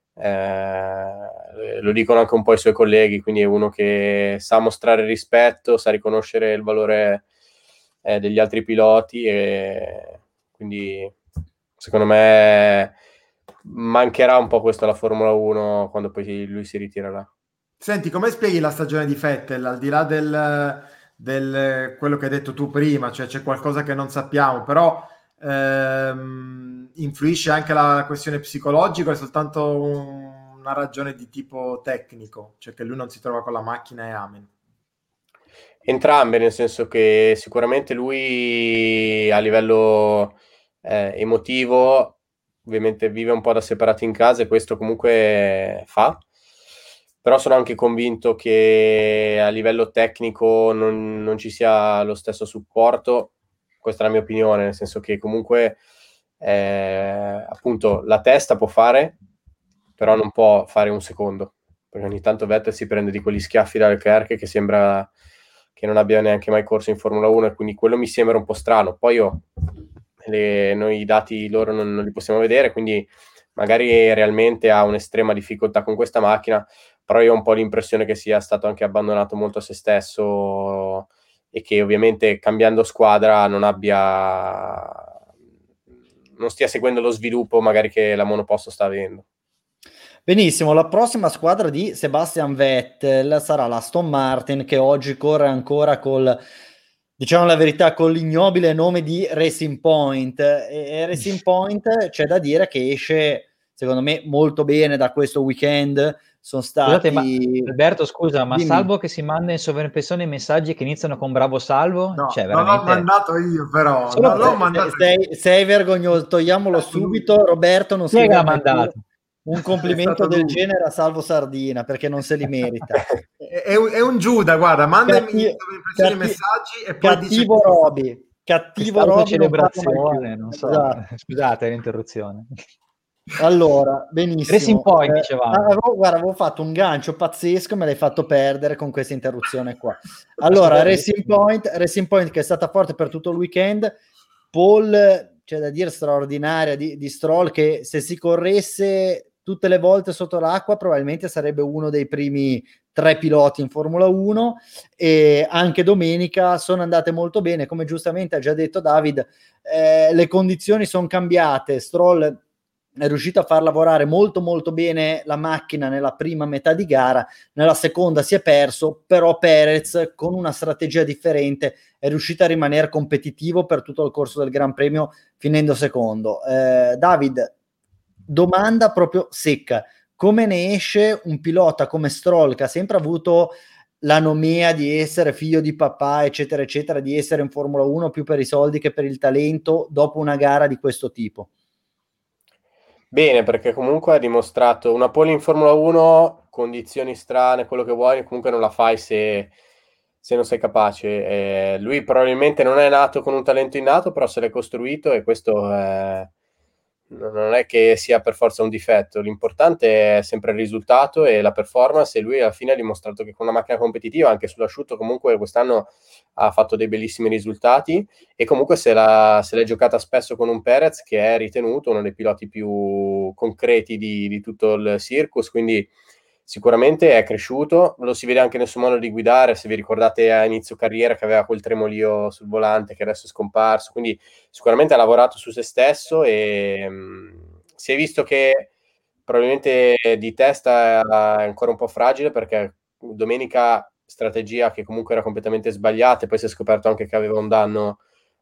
lo dicono anche un po' i suoi colleghi, quindi è uno che sa mostrare rispetto, sa riconoscere il valore degli altri piloti, e quindi secondo me mancherà un po' questo alla Formula 1 quando poi lui si ritirerà. Senti, come spieghi la stagione di Vettel, al di là del quello che hai detto tu prima, cioè c'è qualcosa che non sappiamo, però influisce anche la questione psicologica o è soltanto una ragione di tipo tecnico, cioè che lui non si trova con la macchina e amen? Entrambe, nel senso che sicuramente lui a livello emotivo ovviamente vive un po' da separato in casa, e questo comunque fa, però sono anche convinto che a livello tecnico non ci sia lo stesso supporto. Questa è la mia opinione, nel senso che comunque appunto la testa può fare, però non può fare un secondo, perché ogni tanto Vettel si prende di quegli schiaffi da Leclerc che sembra che non abbia neanche mai corso in Formula 1, e quindi quello mi sembra un po' strano. Poi noi i dati loro non li possiamo vedere, quindi magari realmente ha un'estrema difficoltà con questa macchina, però io ho un po' l'impressione che sia stato anche abbandonato molto a se stesso, e che ovviamente cambiando squadra non stia seguendo lo sviluppo magari che la monoposto sta avendo. Benissimo, la prossima squadra di Sebastian Vettel sarà la Aston Martin, che oggi corre ancora diciamo la verità, con l'ignobile nome di Racing Point. E Racing Point c'è da dire che esce, secondo me, molto bene da questo weekend. Sono stati... Scusate, Alberto, scusa, ma Salvo che si manda in sovraimpressione i messaggi che iniziano con bravo Salvo? No, cioè, non l'ho mandato io, però. Non l'ho mandato sei vergognoso, togliamolo subito. Roberto non si l'ha mandato. Un complimento del genere a Salvo Sardina, perché non se li merita. È un Giuda, guarda, mandami i messaggi e poi cattivo dice... Roby. Cattivo Roby. Celebrazione, non so. Esatto. Scusate l'interruzione. Allora, benissimo. Racing Point, dicevamo. Guarda, avevo fatto un gancio pazzesco, me l'hai fatto perdere con questa interruzione qua. Allora, Racing Point che è stata forte per tutto il weekend. Pole, c'è da dire, straordinaria di Stroll, che se si corresse tutte le volte sotto l'acqua, probabilmente sarebbe uno dei primi 3 piloti in Formula 1, e anche domenica sono andate molto bene, come giustamente ha già detto David. Le condizioni sono cambiate, Stroll è riuscito a far lavorare molto molto bene la macchina nella prima metà di gara, nella seconda si è perso, però Perez con una strategia differente è riuscito a rimanere competitivo per tutto il corso del Gran Premio, finendo secondo. David, domanda proprio secca: come ne esce un pilota come Stroll, che ha sempre avuto l'anomia di essere figlio di papà, eccetera eccetera, di essere in Formula 1 più per i soldi che per il talento, dopo una gara di questo tipo? Bene, perché comunque ha dimostrato una pole in Formula 1, condizioni strane, quello che vuoi, comunque non la fai se non sei capace. Lui probabilmente non è nato con un talento innato, però se l'è costruito, e questo non è che sia per forza un difetto. L'importante è sempre il risultato e la performance, e lui alla fine ha dimostrato che con una macchina competitiva, anche sull'asciutto, comunque quest'anno ha fatto dei bellissimi risultati, e comunque se l'è giocata spesso con un Perez che è ritenuto uno dei piloti più concreti di tutto il circus, quindi sicuramente è cresciuto, lo si vede anche nel suo modo di guidare. Se vi ricordate a inizio carriera che aveva quel tremolio sul volante che adesso è scomparso, quindi sicuramente ha lavorato su se stesso, e si è visto che probabilmente di testa è ancora un po' fragile, perché domenica strategia che comunque era completamente sbagliata, e poi si è scoperto anche che aveva un danno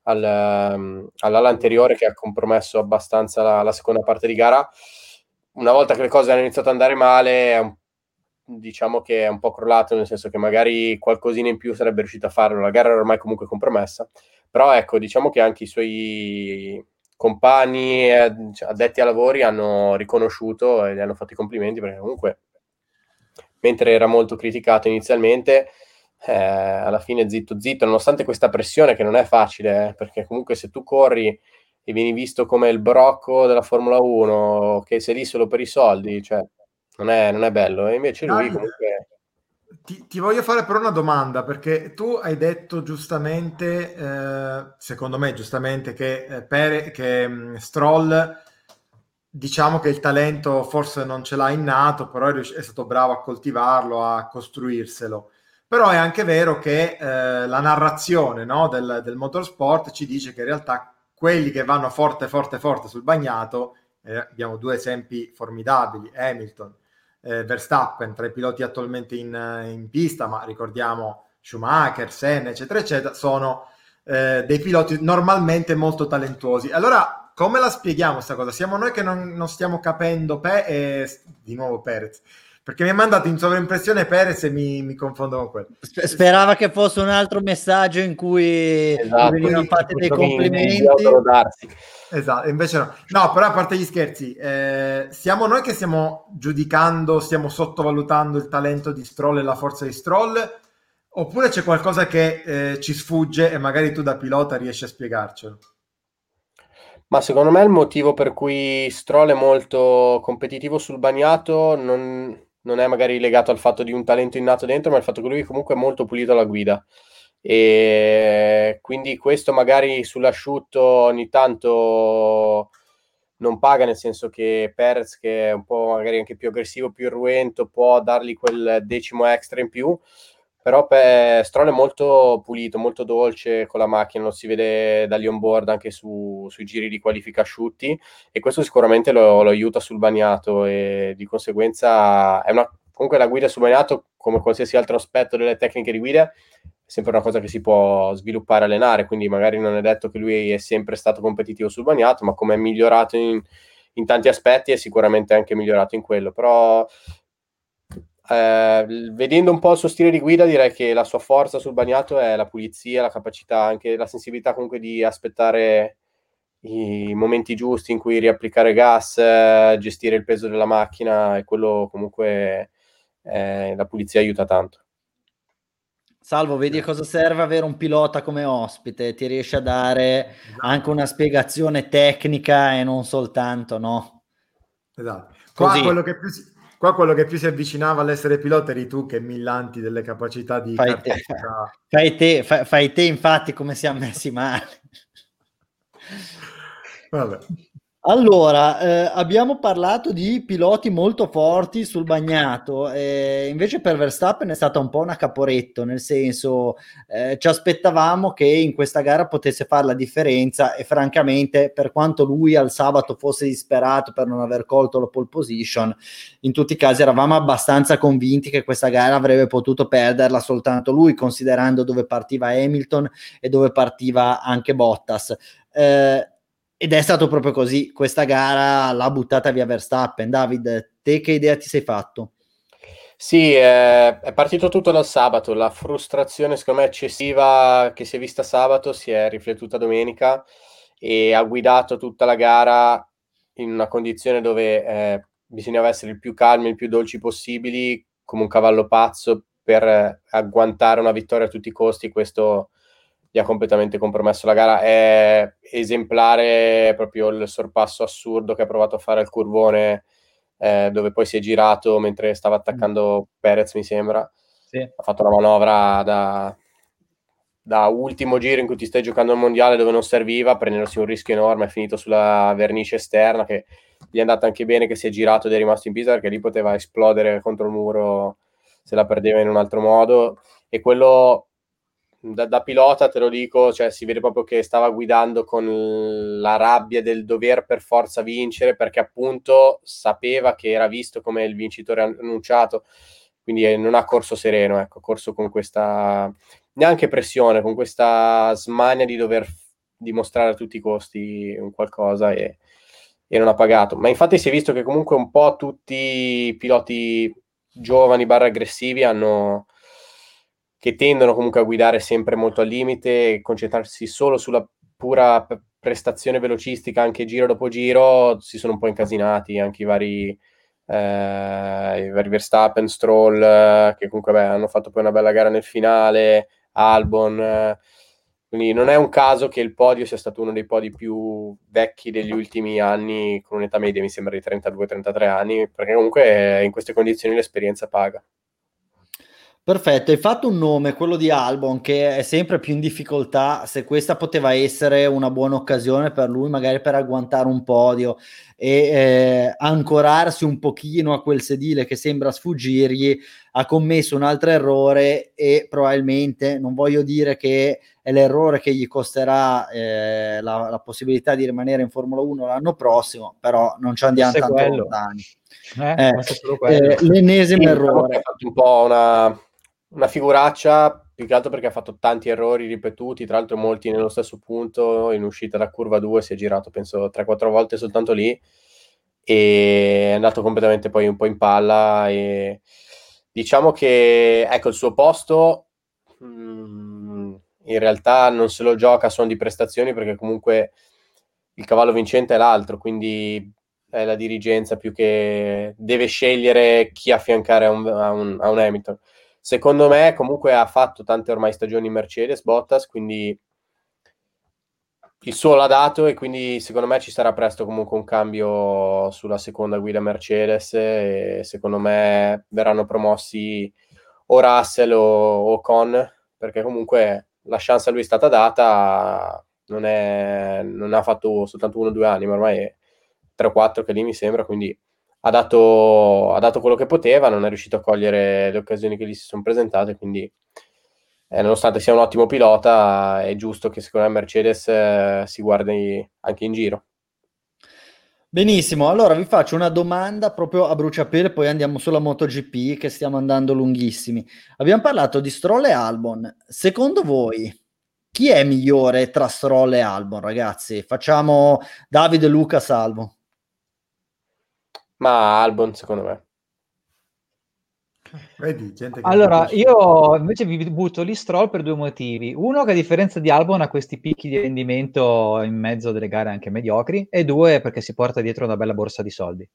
all'ala anteriore che ha compromesso abbastanza la seconda parte di gara. Una volta che le cose hanno iniziato ad andare male, diciamo che è un po' crollato, nel senso che magari qualcosina in più sarebbe riuscito a farlo, la gara era ormai comunque compromessa, però ecco, diciamo che anche i suoi compagni addetti ai lavori hanno riconosciuto e gli hanno fatto i complimenti, perché comunque mentre era molto criticato inizialmente, alla fine zitto zitto, nonostante questa pressione che non è facile, perché comunque se tu corri e vieni visto come il brocco della Formula 1, che sei lì solo per i soldi, cioè non è bello, e invece lui Davide, comunque... ti voglio fare però una domanda, perché tu hai detto giustamente, secondo me giustamente, che Stroll, diciamo che il talento forse non ce l'ha innato, però è stato bravo a coltivarlo, a costruirselo. Però è anche vero che la narrazione, no, del motorsport ci dice che in realtà quelli che vanno forte forte forte sul bagnato, abbiamo 2 esempi formidabili: Hamilton, Verstappen, tra i piloti attualmente in pista, ma ricordiamo Schumacher, Senna, eccetera, eccetera, sono dei piloti normalmente molto talentuosi. Allora, come la spieghiamo questa cosa? Siamo noi che non stiamo capendo di nuovo Perez, perché mi ha mandato in sovraimpressione Perez e mi confondo con quello. Sperava che fosse un altro messaggio in cui Esatto, venivano fatti dei complimenti. Di autolodarsi. Esatto, invece no. No, però a parte gli scherzi, siamo noi che stiamo giudicando, stiamo sottovalutando il talento di Stroll e la forza di Stroll, oppure c'è qualcosa che ci sfugge e magari tu da pilota riesci a spiegarcelo? Ma secondo me il motivo per cui Stroll è molto competitivo sul bagnato non è magari legato al fatto di un talento innato dentro, ma il fatto che lui comunque è molto pulito alla guida, e quindi questo magari sull'asciutto ogni tanto non paga, nel senso che Perez, che è un po' magari anche più aggressivo, più irruento, può dargli quel decimo extra in più, però Stroll è molto pulito, molto dolce con la macchina, lo si vede dagli onboard anche sui giri di qualifica asciutti, e questo sicuramente lo aiuta sul bagnato, e di conseguenza comunque la guida sul bagnato, come qualsiasi altro aspetto delle tecniche di guida, è sempre una cosa che si può sviluppare e allenare, quindi magari non è detto che lui è sempre stato competitivo sul bagnato, ma come è migliorato in tanti aspetti è sicuramente anche migliorato in quello. Però vedendo un po' il suo stile di guida, direi che la sua forza sul bagnato è la pulizia, la capacità, anche la sensibilità comunque di aspettare i momenti giusti in cui riapplicare gas, gestire il peso della macchina, e quello comunque la pulizia aiuta tanto. Salvo, vedi a cosa serve avere un pilota come ospite, ti riesce a dare anche una spiegazione tecnica e non soltanto, no? Esatto. Così. Qua quello che più si avvicinava all'essere pilota eri tu, che millanti delle capacità di cartacea. Fai te infatti come siamo messi male. Vabbè. Allora, abbiamo parlato di piloti molto forti sul bagnato, invece per Verstappen è stata un po' una Caporetto, nel senso ci aspettavamo che in questa gara potesse fare la differenza e francamente per quanto lui al sabato fosse disperato per non aver colto la pole position, in tutti i casi eravamo abbastanza convinti che questa gara avrebbe potuto perderla soltanto lui, considerando dove partiva Hamilton e dove partiva anche Bottas. Ed è stato proprio così, questa gara l'ha buttata via Verstappen. David, te che idea ti sei fatto? Sì, è partito tutto dal sabato, la frustrazione secondo me eccessiva che si è vista sabato si è riflettuta domenica e ha guidato tutta la gara in una condizione dove bisognava essere il più calmi, il più dolci possibili, come un cavallo pazzo per agguantare una vittoria a tutti i costi. Questo gli ha completamente compromesso la gara. È esemplare proprio il sorpasso assurdo che ha provato a fare al curvone, dove poi si è girato mentre stava attaccando Perez, mi sembra. Sì. Ha fatto una manovra da ultimo giro in cui ti stai giocando il mondiale, dove non serviva, prendendosi un rischio enorme. È finito sulla vernice esterna, che gli è andata anche bene che si è girato ed è rimasto in pista, perché lì poteva esplodere contro il muro se la perdeva in un altro modo. E quello da pilota, te lo dico, cioè si vede proprio che stava guidando con la rabbia del dover per forza vincere, perché appunto sapeva che era visto come il vincitore annunciato, quindi non ha corso sereno, ecco, ha corso con questa neanche pressione, con questa smania di dover dimostrare a tutti i costi un qualcosa, e non ha pagato. Ma infatti si è visto che comunque un po' tutti i piloti giovani / aggressivi che tendono comunque a guidare sempre molto al limite e concentrarsi solo sulla pura prestazione velocistica, anche giro dopo giro, si sono un po' incasinati. Anche i vari Verstappen, Stroll, che comunque hanno fatto poi una bella gara nel finale, Albon, quindi non è un caso che il podio sia stato uno dei podi più vecchi degli ultimi anni, con un'età media mi sembra di 32-33 anni, perché comunque in queste condizioni l'esperienza paga. Perfetto, hai fatto un nome, quello di Albon, che è sempre più in difficoltà. Se questa poteva essere una buona occasione per lui, magari per agguantare un podio e ancorarsi un pochino a quel sedile che sembra sfuggirgli, ha commesso un altro errore e probabilmente, non voglio dire che è l'errore che gli costerà la possibilità di rimanere in Formula 1 l'anno prossimo, però non ci andiamo tanto lontani. L'ennesimo sì, errore. Ha fatto un po' una figuraccia, più che altro perché ha fatto tanti errori ripetuti, tra l'altro molti nello stesso punto. In uscita da curva 2 si è girato penso 3-4 volte soltanto lì, e è andato completamente poi un po' in palla. E diciamo che ecco, il suo posto in realtà non se lo gioca a suon di prestazioni, perché comunque il cavallo vincente è l'altro, quindi è la dirigenza più che deve scegliere chi affiancare a un Hamilton. Secondo me comunque ha fatto tante ormai stagioni in Mercedes Bottas, quindi il suo l'ha dato, e quindi secondo me ci sarà presto comunque un cambio sulla seconda guida Mercedes, e secondo me verranno promossi o Russell o Ocon, perché comunque la chance a lui è stata data. Non ha fatto soltanto 1 o 2 anni, ma ormai è 3 o 4 che lì mi sembra, quindi ha dato quello che poteva, non è riuscito a cogliere le occasioni che gli si sono presentate, quindi nonostante sia un ottimo pilota, è giusto che secondo me Mercedes si guardi anche in giro. Benissimo, allora vi faccio una domanda proprio a bruciapelo, poi andiamo sulla MotoGP che stiamo andando lunghissimi. Abbiamo parlato di Stroll e Albon. Secondo voi chi è migliore tra Stroll e Albon, ragazzi? Facciamo Davide, Luca, Salvo. Ma Albon, secondo me. Vedi, gente che allora, io invece vi butto lì Stroll per 2 motivi. Uno, che a differenza di Albon ha questi picchi di rendimento in mezzo delle gare anche mediocri, e 2, perché si porta dietro una bella borsa di soldi.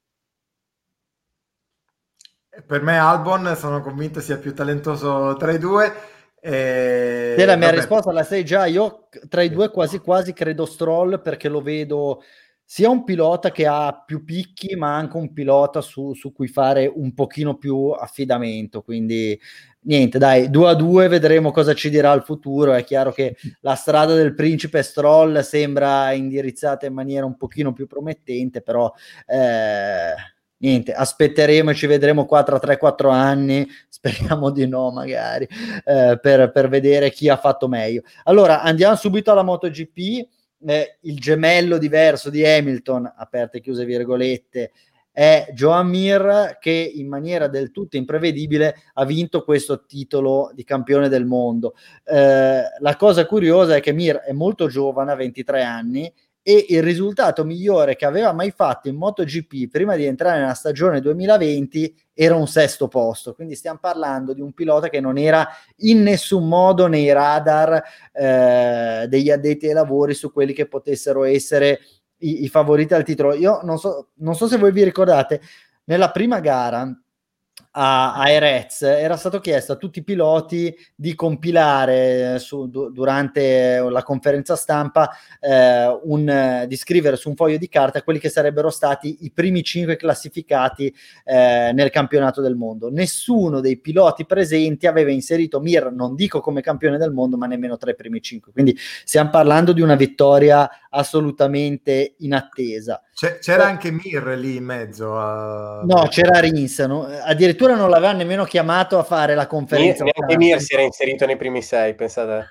Per me Albon sono convinto sia più talentoso tra i due. Te la mia risposta la sai già, io tra i due quasi quasi credo Stroll, perché lo vedo sia un pilota che ha più picchi, ma anche un pilota su cui fare un pochino più affidamento. Quindi niente, dai, 2-2, vedremo cosa ci dirà il futuro. È chiaro che la strada del principe Stroll sembra indirizzata in maniera un pochino più promettente, però niente, aspetteremo e ci vedremo qua tra 3-4 anni, speriamo di no magari, per vedere chi ha fatto meglio. Allora, andiamo subito alla MotoGP. Il gemello diverso di Hamilton, aperte e chiuse virgolette, è Joan Mir, che in maniera del tutto imprevedibile ha vinto questo titolo di campione del mondo. La cosa curiosa è che Mir è molto giovane, ha 23 anni, e il risultato migliore che aveva mai fatto in MotoGP prima di entrare nella stagione 2020 era un 6º posto, quindi stiamo parlando di un pilota che non era in nessun modo nei radar degli addetti ai lavori su quelli che potessero essere i favoriti al titolo. Io non so se voi vi ricordate, nella prima gara a Jerez era stato chiesto a tutti i piloti di compilare durante la conferenza stampa di scrivere su un foglio di carta quelli che sarebbero stati i primi 5 classificati nel campionato del mondo. Nessuno dei piloti presenti aveva inserito Mir, non dico come campione del mondo, ma nemmeno tra i primi 5, quindi stiamo parlando di una vittoria assolutamente inattesa. C'era anche Mir lì in mezzo no, c'era Rins, no? Addirittura non l'aveva nemmeno chiamato a fare la conferenza. Neanche Mir si era inserito nei primi 6, pensate.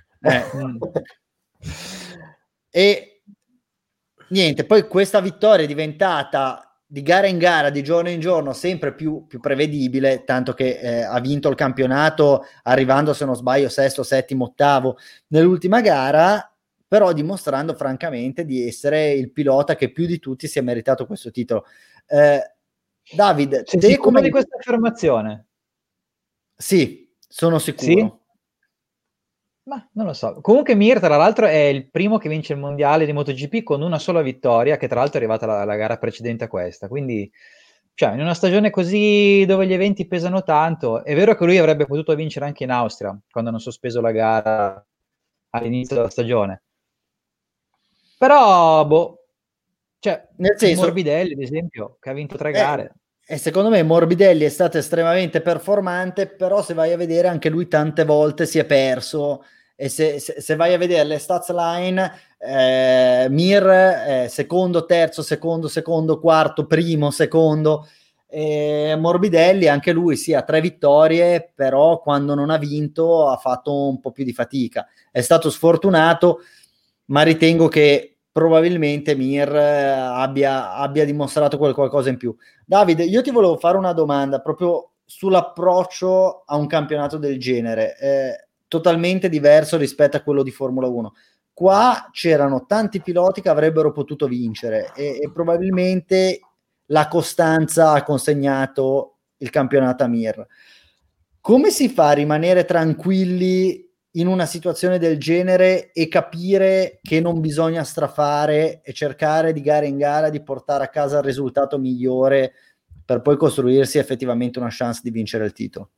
E niente, poi questa vittoria è diventata di gara in gara, di giorno in giorno, sempre più prevedibile, tanto che ha vinto il campionato arrivando, se non sbaglio, 6º, 7º, 8º nell'ultima gara, però dimostrando francamente di essere il pilota che più di tutti si è meritato questo titolo. David, sei sicuro di questa affermazione? Sì, sono sicuro. Sì? Ma non lo so. Comunque Mir, tra l'altro, è il primo che vince il mondiale di MotoGP con una sola vittoria, che tra l'altro è arrivata la gara precedente a questa. Quindi, cioè, in una stagione così dove gli eventi pesano tanto, è vero che lui avrebbe potuto vincere anche in Austria, quando hanno sospeso la gara all'inizio della stagione. Però, boh, cioè, nel senso, Morbidelli, ad esempio, che ha vinto 3 gare. E secondo me Morbidelli è stato estremamente performante, però se vai a vedere anche lui tante volte si è perso, e se vai a vedere le stats line, Mir secondo, terzo, secondo, quarto, primo, secondo, Morbidelli anche lui sì, ha 3 vittorie, però quando non ha vinto ha fatto un po' più di fatica, è stato sfortunato, ma ritengo che probabilmente Mir abbia dimostrato qualcosa in più. Davide, io ti volevo fare una domanda proprio sull'approccio a un campionato del genere, totalmente diverso rispetto a quello di Formula 1. Qua c'erano tanti piloti che avrebbero potuto vincere e probabilmente la costanza ha consegnato il campionato a Mir. Come si fa a rimanere tranquilli in una situazione del genere e capire che non bisogna strafare e cercare di gara in gara di portare a casa il risultato migliore per poi costruirsi effettivamente una chance di vincere il titolo?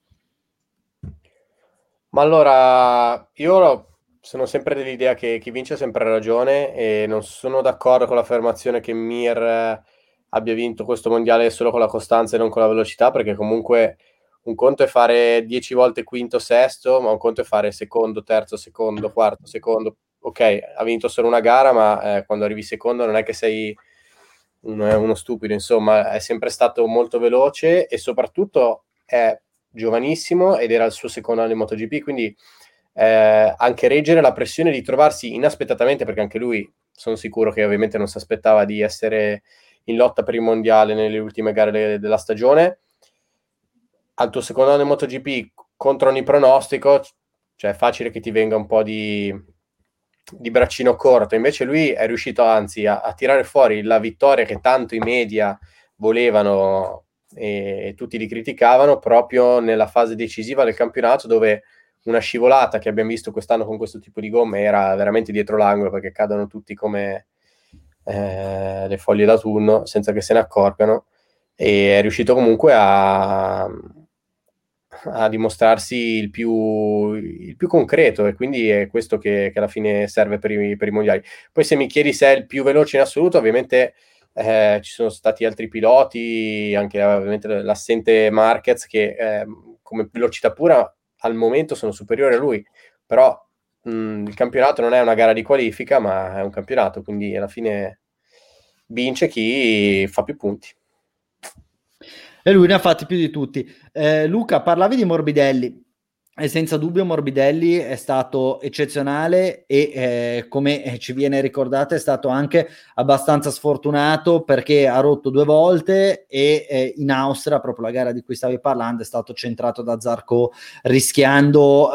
Ma allora, io sono sempre dell'idea che chi vince ha sempre ragione e non sono d'accordo con l'affermazione che Mir abbia vinto questo mondiale solo con la costanza e non con la velocità, perché comunque un conto è fare 10 volte quinto, sesto, ma un conto è fare secondo, terzo, secondo, quarto, secondo. Ok, ha vinto solo una gara, ma quando arrivi secondo non è che sei uno stupido, insomma, è sempre stato molto veloce e soprattutto è giovanissimo ed era il suo secondo anno in MotoGP, quindi anche reggere la pressione di trovarsi inaspettatamente, perché anche lui sono sicuro che ovviamente non si aspettava di essere in lotta per il mondiale nelle ultime gare della stagione, al tuo secondo anno in MotoGP contro ogni pronostico, cioè è facile che ti venga un po' di braccino corto. Invece lui è riuscito anzi a tirare fuori la vittoria che tanto i media volevano e tutti li criticavano proprio nella fase decisiva del campionato, dove una scivolata che abbiamo visto quest'anno con questo tipo di gomme era veramente dietro l'angolo, perché cadono tutti come le foglie d'autunno senza che se ne accorgano, e è riuscito comunque a a dimostrarsi il più concreto, e quindi è questo che alla fine serve per i mondiali. Poi se mi chiedi se è il più veloce in assoluto, ovviamente ci sono stati altri piloti, anche ovviamente l'assente Marquez, che come velocità pura al momento sono superiori a lui, però il campionato non è una gara di qualifica, ma è un campionato, quindi alla fine vince chi fa più punti. E lui ne ha fatti più di tutti. Luca, parlavi di Morbidelli, e senza dubbio Morbidelli è stato eccezionale e come ci viene ricordato è stato anche abbastanza sfortunato, perché ha rotto 2 volte e in Austria, proprio la gara di cui stavi parlando, è stato centrato da Zarco rischiando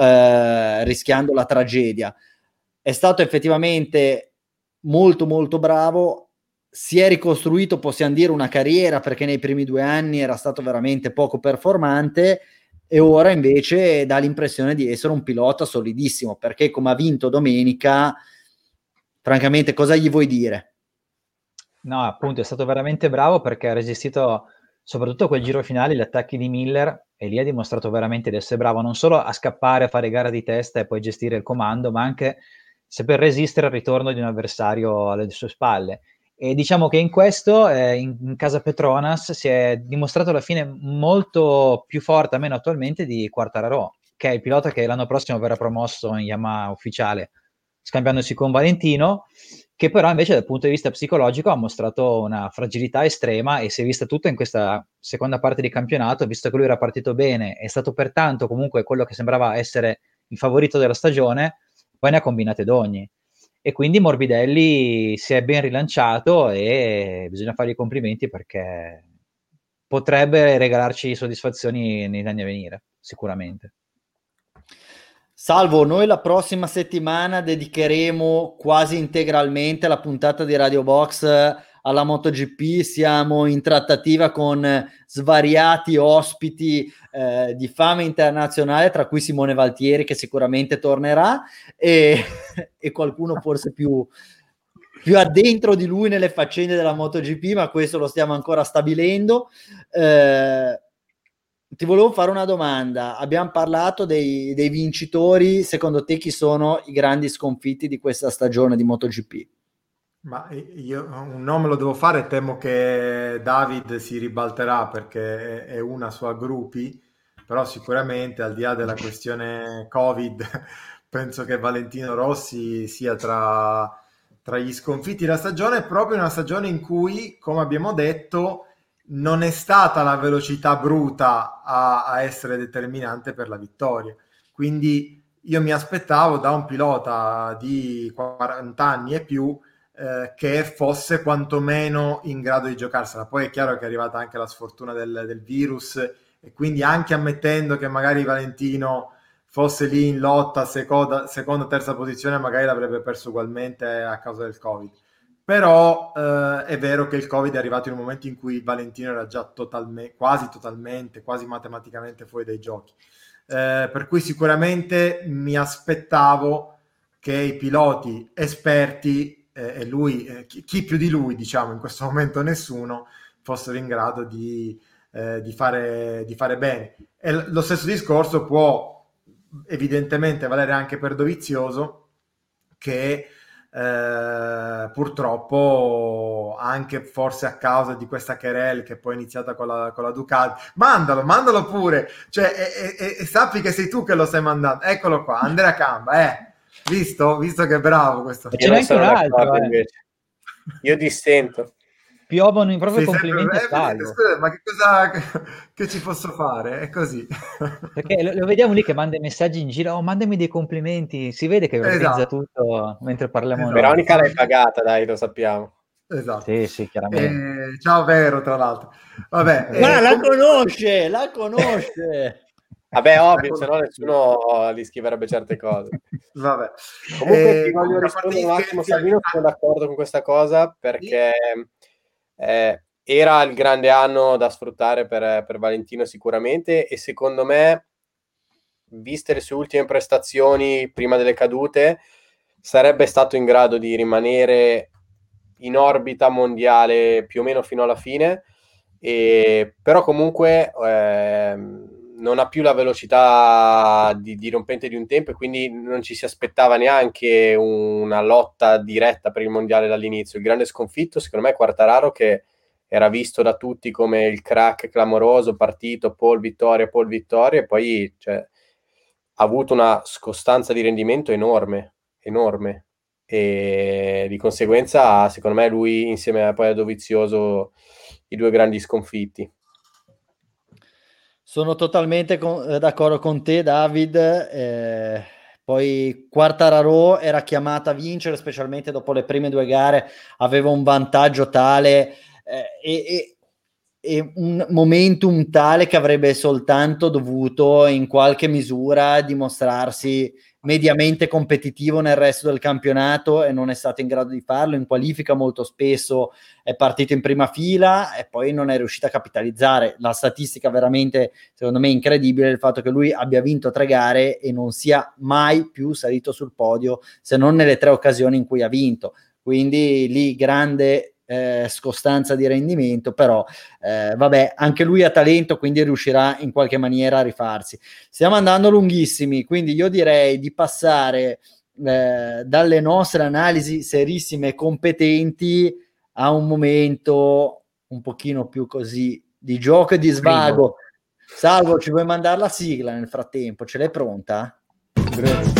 la tragedia. È stato effettivamente molto molto bravo, si è ricostruito, possiamo dire, una carriera, perché nei primi 2 anni era stato veramente poco performante, e ora invece dà l'impressione di essere un pilota solidissimo, perché come ha vinto domenica, francamente cosa gli vuoi dire? No, appunto, è stato veramente bravo, perché ha resistito soprattutto a quel giro finale, gli attacchi di Miller, e lì ha dimostrato veramente di essere bravo non solo a scappare, a fare gara di testa e poi gestire il comando, ma anche saper resistere al ritorno di un avversario alle sue spalle. E diciamo che in questo, in casa Petronas, si è dimostrato alla fine molto più forte, almeno attualmente, di Quartararo, che è il pilota che l'anno prossimo verrà promosso in Yamaha ufficiale, scambiandosi con Valentino, che però invece dal punto di vista psicologico ha mostrato una fragilità estrema, e si è vista tutta in questa seconda parte di campionato, visto che lui era partito bene, è stato pertanto comunque quello che sembrava essere il favorito della stagione, poi ne ha combinate d'ogni. E quindi Morbidelli si è ben rilanciato e bisogna fare i complimenti, perché potrebbe regalarci soddisfazioni negli anni a venire, sicuramente. Salvo, noi la prossima settimana dedicheremo quasi integralmente la puntata di Radio Box alla MotoGP. Siamo in trattativa con svariati ospiti di fama internazionale, tra cui Simone Valtieri, che sicuramente tornerà, e qualcuno forse più addentro di lui nelle faccende della MotoGP, ma questo lo stiamo ancora stabilendo. Ti volevo fare una domanda. Abbiamo parlato dei vincitori. Secondo te chi sono i grandi sconfitti di questa stagione di MotoGP? Ma io un nome lo devo fare, temo che David si ribalterà perché è una sua gruppi, però sicuramente al di là della questione Covid, penso che Valentino Rossi sia tra gli sconfitti della stagione, proprio in una stagione in cui, come abbiamo detto, non è stata la velocità bruta a essere determinante per la vittoria. Quindi io mi aspettavo da un pilota di 40 anni e più che fosse quantomeno in grado di giocarsela. Poi è chiaro che è arrivata anche la sfortuna del virus, e quindi anche ammettendo che magari Valentino fosse lì in lotta seconda, terza posizione, magari l'avrebbe perso ugualmente a causa del Covid. Però è vero che il Covid è arrivato in un momento in cui Valentino era già quasi matematicamente fuori dai giochi. Per cui sicuramente mi aspettavo che i piloti esperti, e lui, chi più di lui, diciamo, in questo momento nessuno, fossero in grado di fare bene. E lo stesso discorso può evidentemente valere anche per Dovizioso, che purtroppo, anche forse a causa di questa querel che poi è iniziata con la Ducati, mandalo pure, cioè, e sappi che sei tu che lo stai mandando. Eccolo qua, Andrea Camba, visto che è bravo questo. Ce n'è anche un altro, invece. Io dissento. Piovono proprio Sei complimenti sempre, a Salvo. scusa, ma che cosa che ci posso fare? È così. Perché lo vediamo lì che manda i messaggi in giro, oh, mandami dei complimenti, si vede che organizza Esatto. tutto mentre parliamo noi. Veronica l'hai pagata, dai, lo sappiamo. Esatto. Sì, chiaramente. Ciao Vero, tra l'altro. Vabbè, Ma la conosce! Vabbè, ovvio, se no nessuno gli scriverebbe certe cose. Vabbè. Comunque ti voglio rispondere un attimo, scherzi, Salvino, sono d'accordo con questa cosa, perché era il grande anno da sfruttare per Valentino sicuramente, e secondo me, viste le sue ultime prestazioni prima delle cadute, sarebbe stato in grado di rimanere in orbita mondiale più o meno fino alla fine, però comunque non ha più la velocità dirompente di un tempo, e quindi non ci si aspettava neanche una lotta diretta per il mondiale dall'inizio. Il grande sconfitto secondo me è Quartararo, che era visto da tutti come il crack clamoroso, partito Paul vittoria, e poi ha avuto una costanza di rendimento enorme, e di conseguenza secondo me lui, insieme poi a Dovizioso, i due grandi sconfitti. Sono totalmente d'accordo con te, David. Poi Quartararo era chiamata a vincere, specialmente dopo le prime 2 gare, aveva un vantaggio tale e un momentum tale che avrebbe soltanto dovuto in qualche misura dimostrarsi mediamente competitivo nel resto del campionato, e non è stato in grado di farlo. In qualifica molto spesso è partito in prima fila e poi non è riuscito a capitalizzare. La statistica veramente, secondo me, incredibile, il fatto che lui abbia vinto 3 gare e non sia mai più salito sul podio, se non nelle 3 occasioni in cui ha vinto. Quindi lì grande scostanza di rendimento, però vabbè, anche lui ha talento, quindi riuscirà in qualche maniera a rifarsi. Stiamo andando lunghissimi, quindi io direi di passare dalle nostre analisi serissime e competenti a un momento un pochino più così di gioco e di svago. Salvo, ci vuoi mandare la sigla nel frattempo? Ce l'hai pronta? Grazie.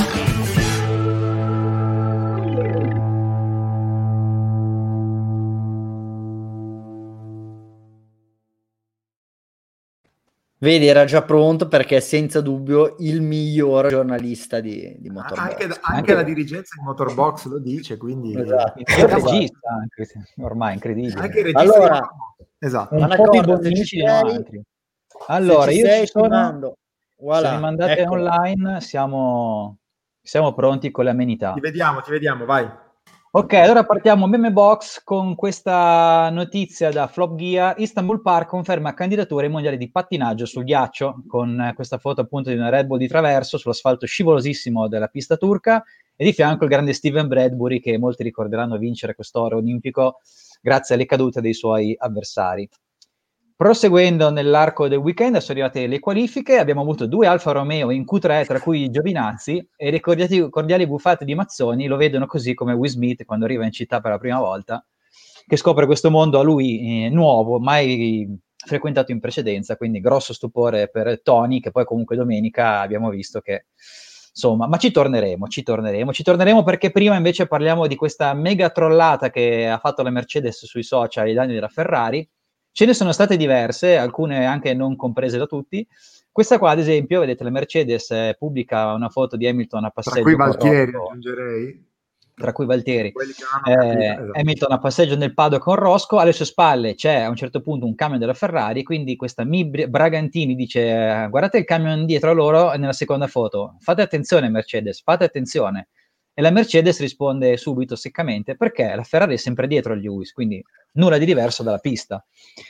Vedi, era già pronto, perché è senza dubbio il miglior giornalista di Motorbox. Anche la dirigenza di Motorbox lo dice, quindi... Esatto. Il regista, anche, ormai incredibile. Anche il regista allora, di Motorbox. Esatto. Un po' più bonnici dei altri. Allora, io ci sono, voilà, se mi mandate online, siamo pronti con le amenità. Ti vediamo, vai. Ok, allora partiamo meme box con questa notizia da Flop Gear. Istanbul Park conferma candidatura ai mondiali di pattinaggio sul ghiaccio, con questa foto appunto di una Red Bull di traverso sull'asfalto scivolosissimo della pista turca, e di fianco il grande Steven Bradbury, che molti ricorderanno vincere quest'oro olimpico grazie alle cadute dei suoi avversari. Proseguendo nell'arco del weekend sono arrivate le qualifiche, abbiamo avuto 2 Alfa Romeo in Q3, tra cui Giovinazzi, e le cordiali buffate di Mazzoni lo vedono così come Will Smith quando arriva in città per la prima volta, che scopre questo mondo a lui nuovo, mai frequentato in precedenza, quindi grosso stupore per Tony, che poi comunque domenica abbiamo visto che, insomma, ma ci torneremo perché prima invece parliamo di questa mega trollata che ha fatto la Mercedes sui social ai danni della Ferrari. Ce ne sono state diverse, alcune anche non comprese da tutti. Questa qua, ad esempio, vedete, la Mercedes pubblica una foto di Hamilton a passeggio. Tra cui Valtieri, aggiungerei. Tra cui Valtieri. Hamilton a passeggio nel paddock con Roscoe. Alle sue spalle c'è a un certo punto un camion della Ferrari, quindi questa Bragantini dice: guardate il camion dietro a loro nella seconda foto. Fate attenzione, Mercedes, fate attenzione. E la Mercedes risponde subito seccamente, perché la Ferrari è sempre dietro agli Lewis, quindi nulla di diverso dalla pista.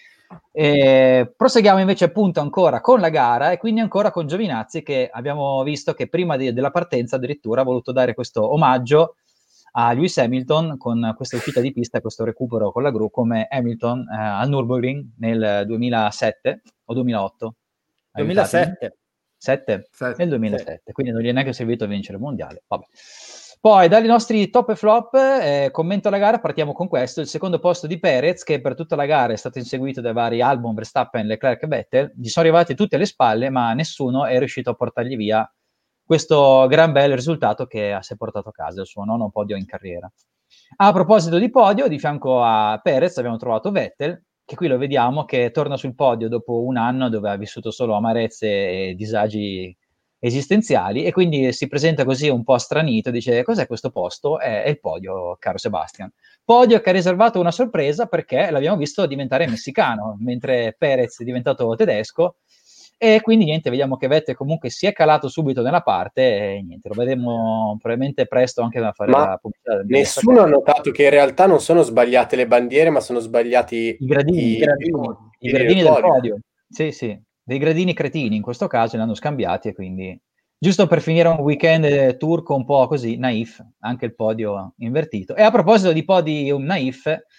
Proseguiamo invece appunto ancora con la gara, e quindi ancora con Giovinazzi, che abbiamo visto che prima della partenza addirittura ha voluto dare questo omaggio a Lewis Hamilton con questa uscita di pista e questo recupero con la gru, come Hamilton al Nürburgring nel 2007 o 2008? 2007. 7? Nel 2007, quindi non gli è neanche servito a vincere il mondiale. Vabbè. Poi dai nostri top e flop, commento la gara, partiamo con questo: il secondo posto di Perez, che per tutta la gara è stato inseguito dai vari Albon, Verstappen, Leclerc e Vettel. Gli sono arrivati tutti alle spalle, ma nessuno è riuscito a portargli via questo gran bel risultato che si è portato a casa, il suo 9° podio in carriera. A proposito di podio, di fianco a Perez abbiamo trovato Vettel, che qui lo vediamo che torna sul podio dopo un anno dove ha vissuto solo amarezze e disagi esistenziali, e quindi si presenta così un po' stranito, dice: cos'è questo posto? È il podio, caro Sebastian. Podio che ha riservato una sorpresa, perché l'abbiamo visto diventare messicano, mentre Perez è diventato tedesco, e quindi niente, vediamo che Vettel comunque si è calato subito nella parte, e niente, lo vedremo probabilmente presto anche da fare la pubblicità. Nessuno ha notato che in realtà non sono sbagliate le bandiere, ma sono sbagliati i gradini del podio. Sì, dei gradini cretini in questo caso, li hanno scambiati, e quindi giusto per finire un weekend turco un po' così naif, anche il podio invertito. E a proposito di podi naif,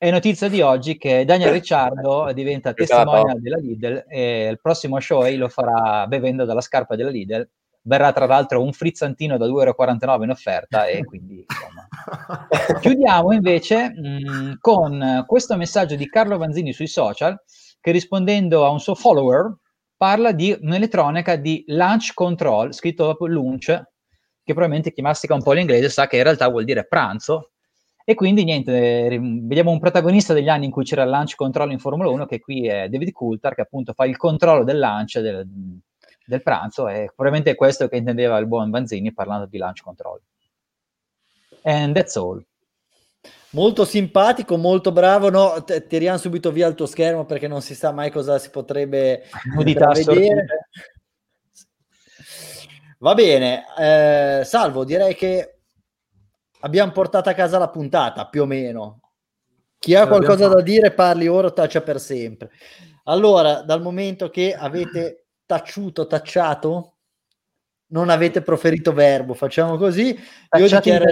È notizia di oggi che Daniel Ricciardo diventa testimonial della Lidl e il prossimo show lo farà bevendo dalla scarpa della Lidl. Verrà tra l'altro un frizzantino da 2,49 € in offerta e quindi insomma. Chiudiamo invece con questo messaggio di Carlo Vanzini sui social che rispondendo a un suo follower parla di un'elettronica di launch control, scritto dopo launch, che probabilmente chi mastica un po' l'inglese sa che in realtà vuol dire pranzo. E quindi niente, vediamo un protagonista degli anni in cui c'era il launch control in Formula 1, che qui è David Coulthard, che appunto fa il controllo del launch del pranzo, e probabilmente è questo che intendeva il buon Vanzini parlando di launch control. And that's all. Molto simpatico, molto bravo. No, tiriamo subito via il tuo schermo perché non si sa mai cosa si potrebbe vedere. Va bene, Salvo, direi che abbiamo portato a casa la puntata, più o meno. Chi ha qualcosa da dire parli ora o taccia per sempre. Allora, dal momento che avete tacciato, non avete proferito verbo, facciamo così. Io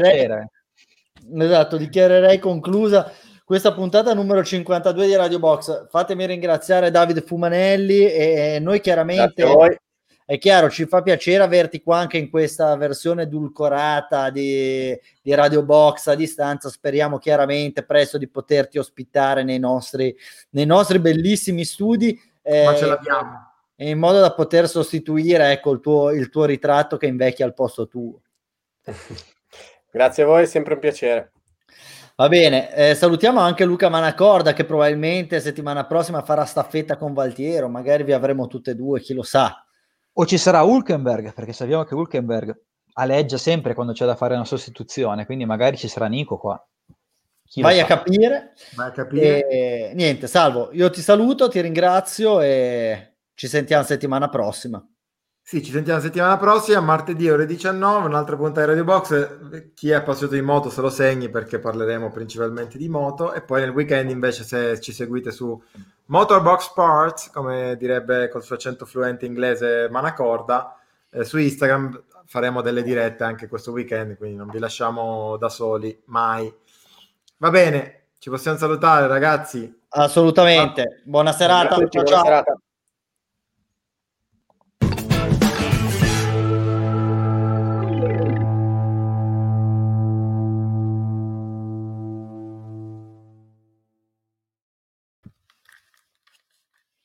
dichiarerei conclusa questa puntata numero 52 di Radio Box. Fatemi ringraziare Davide Fumanelli e noi chiaramente... È chiaro, ci fa piacere averti qua anche in questa versione edulcorata di Radio Box a distanza. Speriamo chiaramente presto di poterti ospitare nei nostri bellissimi studi. Ma ce l'abbiamo. In modo da poter sostituire, ecco, il tuo ritratto che invecchia al posto tuo. Grazie a voi, è sempre un piacere. Va bene, salutiamo anche Luca Manacorda che probabilmente settimana prossima farà staffetta con Valtiero, magari vi avremo tutte e due, chi lo sa. O ci sarà Hülkenberg, perché sappiamo che Hülkenberg aleggia sempre quando c'è da fare una sostituzione, quindi magari ci sarà Nico qua. Vai a capire. E, niente, Salvo, io ti saluto, ti ringrazio e ci sentiamo settimana prossima. Sì, ci sentiamo settimana prossima, martedì ore 19, un'altra puntata di Radio Box. Chi è appassionato di moto se lo segni perché parleremo principalmente di moto, e poi nel weekend invece se ci seguite su Motorbox Sports, come direbbe col suo accento fluente inglese Manacorda, su Instagram faremo delle dirette anche questo weekend, quindi non vi lasciamo da soli mai. Va bene, ci possiamo salutare ragazzi? Assolutamente, buona serata. Ciao.